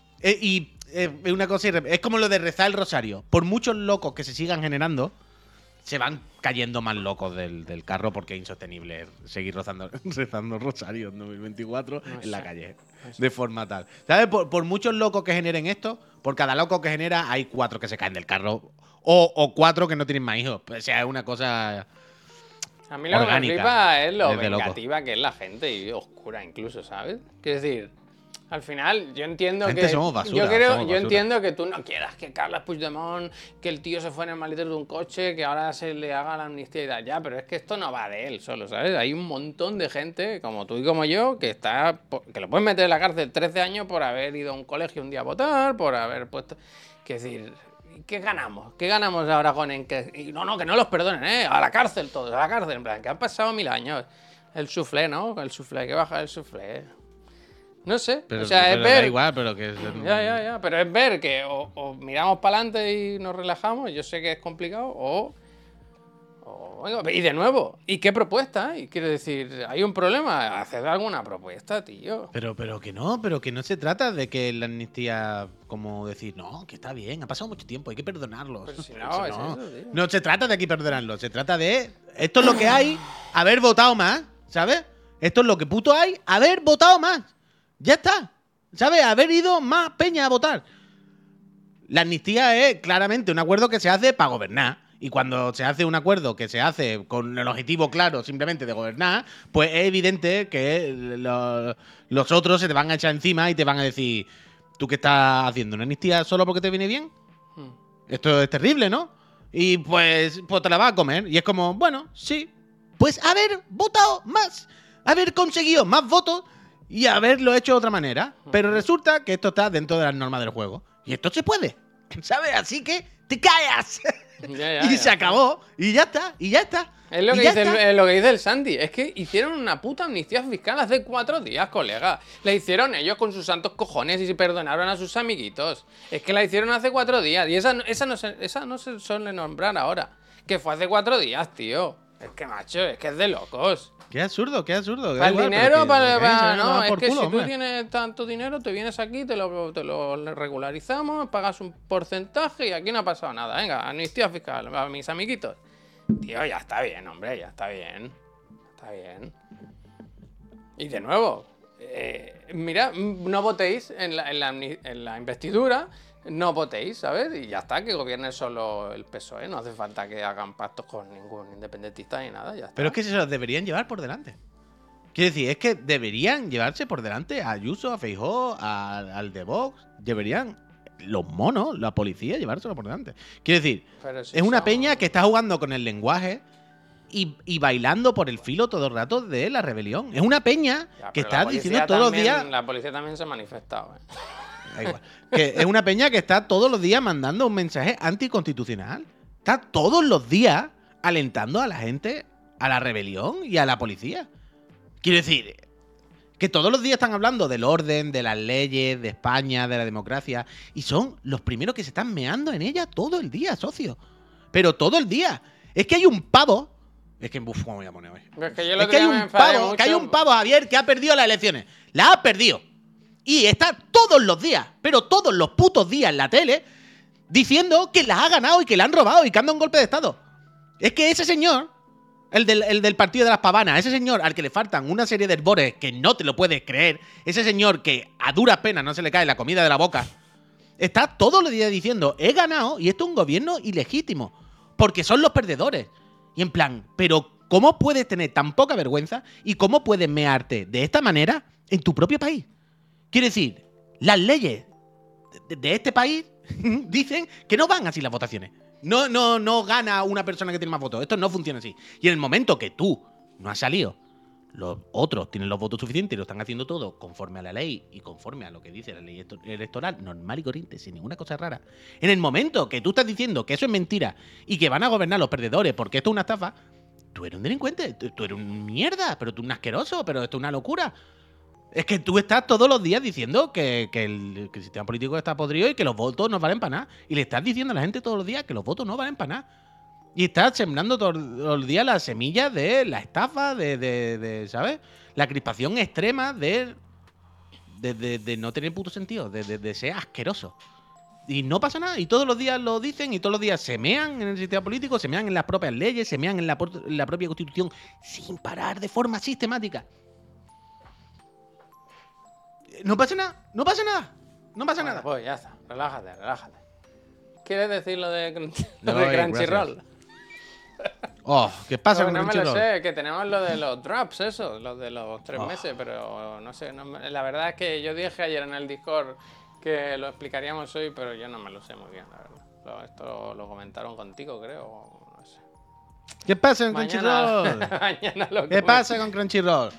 Es una cosa, es como lo de rezar el rosario. Por muchos locos que se sigan generando, se van cayendo más locos del carro porque es insostenible seguir rezando el rosario en 2024 en la calle. De forma tal. ¿Sabes? Por muchos locos que generen esto, por cada loco que genera, hay 4 que se caen del carro. O 4 que no tienen más hijos. O sea, es una cosa. A mí lo que me orgánica, flipa es lo es de loco. vengativa que es la gente y oscura incluso, ¿sabes? Quiero decir, al final yo entiendo Gente, que somos basura, yo somos basura. entiendo que tú no quieras que Carles Puigdemont, que el tío se fue en el maletero de un coche, que ahora se le haga la amnistía y tal, ya, pero es que esto no va de él solo, ¿sabes? Hay un montón de gente como tú y como yo que que lo pueden meter en la cárcel 13 años por haber ido a un colegio un día a votar, por haber puesto, es decir, ¿qué ganamos? ¿Qué ganamos ahora con que no, que no los perdonen, a la cárcel todos, a la cárcel, en plan, que han pasado 1000 años. El suflé, ¿no? El suflé, que baja el suflé. No sé. Pero, o sea, es pero ver. da igual, pero que... Ya. Pero es ver que o miramos para adelante y nos relajamos. Yo sé que es complicado. Venga, y de nuevo, ¿y qué propuesta hay? Quiero decir, ¿hay un problema? Haced alguna propuesta, tío. Pero que no se trata de que la amnistía, como decir, no, que está bien, ha pasado mucho tiempo, hay que perdonarlos. Pero si Pero no, eso es eso, tío. No se trata de aquí perdonarlos, se trata de, esto es lo que hay, haber votado más, ¿sabes? Esto es lo que puto hay, haber votado más. Ya está, ¿sabes? Haber ido más peña a votar. La amnistía es claramente un acuerdo que se hace para gobernar. Y cuando se hace un acuerdo que se hace con el objetivo claro simplemente de gobernar, pues es evidente que los otros se te van a echar encima y te van a decir, ¿tú qué estás haciendo? ¿Una amnistía solo porque te viene bien? Esto es terrible, ¿no? Y pues te la vas a comer. Y es como, bueno, sí, pues haber votado más, haber conseguido más votos y haberlo hecho de otra manera. Pero resulta que esto está dentro de las normas del juego. Y esto se puede, ¿sabes? Así que te callas. Y se acabó. Y ya está. Es lo que dice el Santi. Es que hicieron una puta amnistía fiscal hace 4 días, colega. La hicieron ellos con sus santos cojones y se perdonaron a sus amiguitos. Es que la hicieron hace 4 días. Y esa no se suele nombrar ahora. Que fue hace 4 días, tío. Es que, macho, es que es de locos. Qué absurdo. Para el dinero, no, es que si tú hombre. tienes tanto dinero, te vienes aquí, te lo regularizamos, pagas un porcentaje y aquí no ha pasado nada. Venga, amnistía fiscal a mis amiguitos. Tío, ya está bien, hombre, ya está bien. Está bien. Y de nuevo, mira, no votéis en la investidura. No votéis, ¿sabes? Y ya está, que gobierne solo el PSOE. No hace falta que hagan pactos con ningún independentista ni nada, ya está. Pero es que se los deberían llevar por delante. Quiero decir, es que deberían llevarse por delante a Ayuso, a Feijóo, al de Vox. Deberían los monos, la policía, llevárselo por delante. Quiero decir, Si es una peña que está jugando con el lenguaje y bailando por el filo todo el rato de la rebelión. Es una peña que está diciendo todos los días... La policía también se ha manifestado, Da igual. Que es una peña que está todos los días mandando un mensaje anticonstitucional. Está todos los días alentando a la gente a la rebelión y a la policía. Quiero decir, que todos los días están hablando del orden, de las leyes, de España, de la democracia. Y son los primeros que se están meando en ella todo el día, socio. Pero todo el día. Es que hay un pavo... Es que, ¿cómo voy a poner hoy? Es que hay un pavo, Javier, que ha perdido las elecciones. La ha perdido. Y está todos los días, pero todos los putos días en la tele, diciendo que las ha ganado y que la han robado y que anda un golpe de estado. Es que ese señor, el del partido de las pavanas, ese señor al que le faltan una serie de herbores que no te lo puedes creer, ese señor que a duras penas no se le cae la comida de la boca, está todos los días diciendo, he ganado y esto es un gobierno ilegítimo, porque son los perdedores. Y en plan, pero ¿cómo puedes tener tan poca vergüenza y cómo puedes mearte de esta manera en tu propio país? Quiero decir, las leyes de este país dicen que no van así las votaciones. No gana una persona que tiene más votos. Esto no funciona así. Y en el momento que tú no has salido, los otros tienen los votos suficientes y lo están haciendo todo conforme a la ley y conforme a lo que dice la ley electoral, normal y corriente, sin ninguna cosa rara. En el momento que tú estás diciendo que eso es mentira y que van a gobernar los perdedores porque esto es una estafa, tú eres un delincuente, tú eres un mierda, pero tú eres un asqueroso, pero esto es una locura. Es que tú estás todos los días diciendo que el sistema político está podrido y que los votos no valen para nada. Y le estás diciendo a la gente todos los días que los votos no valen para nada. Y estás sembrando todos los días las semillas de la estafa, ¿sabes? La crispación extrema de no tener puto sentido, de ser asqueroso. Y no pasa nada. Y todos los días lo dicen y todos los días se mean en el sistema político, se mean en las propias leyes, se mean en la propia constitución sin parar de forma sistemática. No pasa nada. Pues ya está, relájate. ¿Quieres decir lo de No, Crunchyroll? Oh, ¿qué pasa Pues con no me lo Crunchyroll? sé, que tenemos lo de los drops, eso, lo de los 3 meses, pero no sé, la verdad es que yo dije ayer en el Discord que lo explicaríamos hoy, pero yo no me lo sé muy bien, la verdad. Esto lo comentaron contigo, creo, no sé. ¿Qué pasa con Mañana Crunchyroll? lo ¿Qué pasa con Crunchyroll?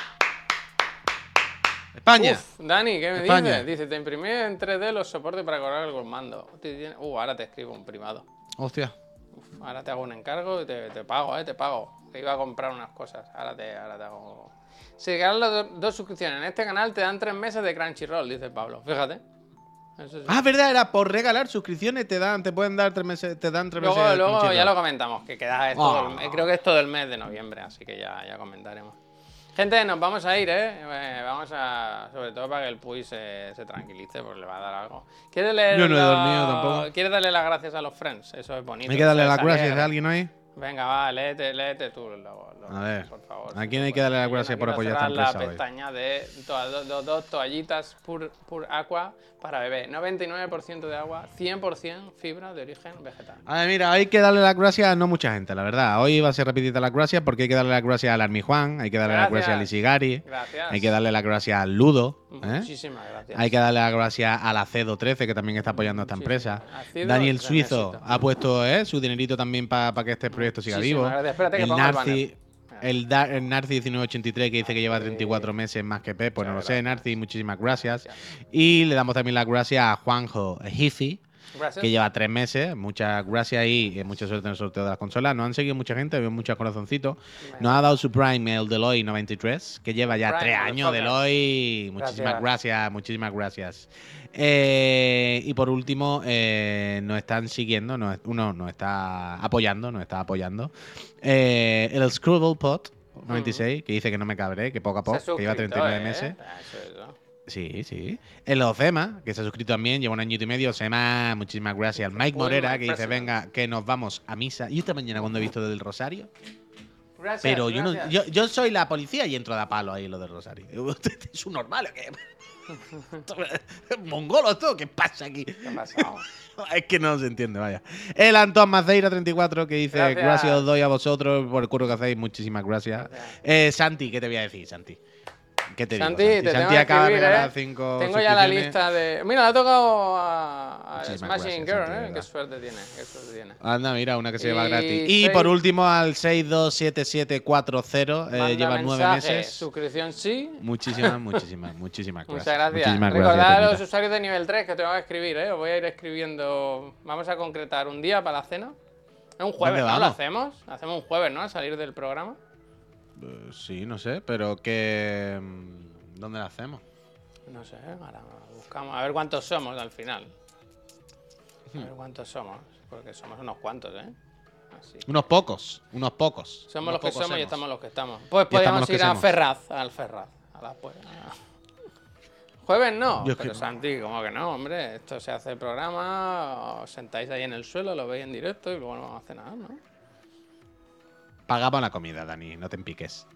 España. Uf, Dani, ¿qué me España. dices? Dice, te imprimí en 3D los soportes para colgar el mando. Ahora te escribo un privado. Hostia. Ahora te hago un encargo y te pago, te pago. Que iba a comprar unas cosas. Ahora te hago... Si regalas las dos suscripciones en este canal, te dan 3 meses de Crunchyroll, dice Pablo. Fíjate. Eso sí. Ah, verdad, era por regalar suscripciones, te pueden dar 3 meses, te dan 3 meses. Luego ya Crunchyroll. lo comentamos, que queda creo que es todo el mes de noviembre, así que ya comentaremos. Gente, nos vamos a ir, vamos a... Sobre todo para que el Puy se tranquilice, porque le va a dar algo. ¿Quieres leer Yo no he dormido tampoco. ¿Quieres darle las gracias a los friends? Eso es bonito. Hay que darle eso es las gracias alegre. a alguien ahí. Venga, va, léete tú. A ver, por favor. ¿a quién hay que darle las gracias por apoyar esta empresa la hoy? pestaña de dos toallitas Pur Aqua para bebé. 99% de agua, 100% fibra de origen vegetal. A ver, mira, hay que darle las gracias a no mucha gente, la verdad. Hoy va a ser rapidita las gracias porque hay que darle las gracias al Armi Juan, hay que darle las gracias al Isigari, Gracias. hay que darle las gracias al Ludo, Muchísimas gracias. hay que darle las gracias a la Cedo13 que también está apoyando a esta empresa. Acido Daniel de Suizo éxito. ha puesto su dinerito también para que este proyecto siga Muchísimas vivo. gracias. Espérate que El ponga el Narci, el Narci 1983 que dice que lleva 34 meses más que Pep, pues no lo sé, Narci, muchísimas gracias. Y le damos también las gracias a Juanjo Jifi, Gracias. que lleva 3 meses. Muchas gracias y mucha suerte en el sorteo de las consolas. Nos han seguido mucha gente, veo muchos corazoncitos. Nos ha dado su Prime el Deloy 93, que lleva ya Prime, 3 años motherfucker. Deloy. Muchísimas gracias, muchísimas gracias. Y por último, nos están siguiendo, uno nos está apoyando, el Scrubble Pot 96, que dice que no me cabré, que poco a poco, que lleva 39 meses. Eso. Sí, sí. El Ocema, que se ha suscrito también, lleva un añito y medio. Ocema, muchísimas gracias. Mike Morera, que dice, venga, que nos vamos a misa. Y esta mañana cuando he visto del Rosario, Gracias, pero gracias. yo soy la policía y entro de a palo ahí lo del Rosario. Es un normal, ¿qué? ¿Mongolos todo? ¿Qué pasa aquí? ¿Qué ha pasado? Es que no se entiende, vaya. El Antón Maceira 34 que dice, gracias os doy a vosotros por el curro que hacéis, muchísimas gracias. Santi, ¿qué te voy a decir, Santi? ¿Qué te Santi, digo, te tengo Santi que acaba de escribir, regalar 5 Tengo ya la lista de... Mira, le ha tocado a Muchísimas Smashing gracias, Girl, Santi, de verdad. Qué suerte tiene, qué suerte tiene. Anda, mira, una que se lleva Y gratis. Y seis- por último al 627740, Manda lleva 9 mensaje, meses. suscripción sí. Muchísimas gracias. Muchas gracias. Muchísimas Recordad gracias, a los Tonita. usuarios de nivel 3 que tengo que escribir, Os voy a ir escribiendo. Vamos a concretar un día para la cena. Es un jueves, ¿Dónde ¿no? ¿Lo vamos? hacemos? Hacemos un jueves, ¿no? Al salir del programa. Sí, no sé, pero que... ¿Dónde la hacemos? No sé, ahora buscamos. A ver cuántos somos al final. A ver cuántos somos. Porque somos unos cuantos, Así. Unos pocos. Somos los que somos y hemos. estamos los que estamos. Pues Y estamos podríamos los que ir a somos. Ferraz. Al Ferraz. Jueves no, Yo es que pero no. Santi, como que no, hombre. Esto se hace el programa, os sentáis ahí en el suelo, lo veis en directo y luego no vamos a cenar, ¿no? Pagamos la comida, Dani, no te empiques.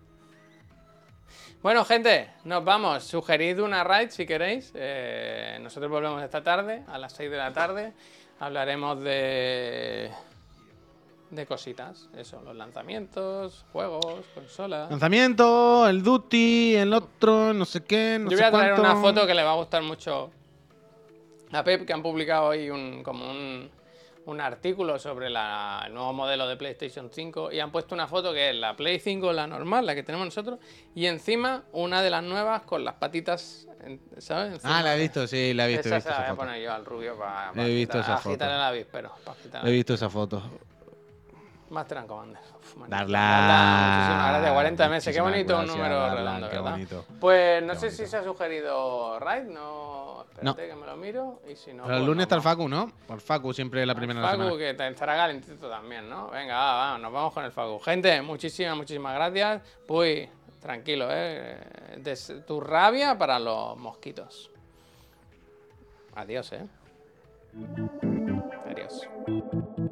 Bueno, gente, nos vamos. Sugerid una raid si queréis. Nosotros volvemos esta tarde, a las 6 de la tarde. Hablaremos de cositas. Eso, los lanzamientos, juegos, consolas. Lanzamiento, el Duty, el otro, no sé qué, no Yo sé voy a traer cuánto. una foto que le va a gustar mucho a Pep, que han publicado hoy un artículo sobre el nuevo modelo de PlayStation 5 y han puesto una foto que es la Play 5, la normal, la que tenemos nosotros, y encima una de las nuevas con las patitas, ¿sabes? Encima La he de- visto, sí, la he visto, Esa he se visto la esa voy a foto. poner yo al rubio para He visto esa foto. agitar el avispero. He visto esa foto. Más tranco, Commander. Darla. Muchísimas gracias. 40 meses. Qué Muchísimas bonito un gracias, número Darla, redondo, qué ¿verdad? bonito. Pues no Qué sé bonito. si se ha sugerido Raid. No. Espérate que me lo miro. Y si no. Pero el pues lunes nos está el vamos. Facu, ¿no? El Facu siempre es la primera de la Facu, semana. que te estará calentito también, ¿no? Venga, va, nos vamos con el Facu. Gente, muchísimas gracias. Puy, tranquilo, tu rabia para los mosquitos. Adiós, Adiós.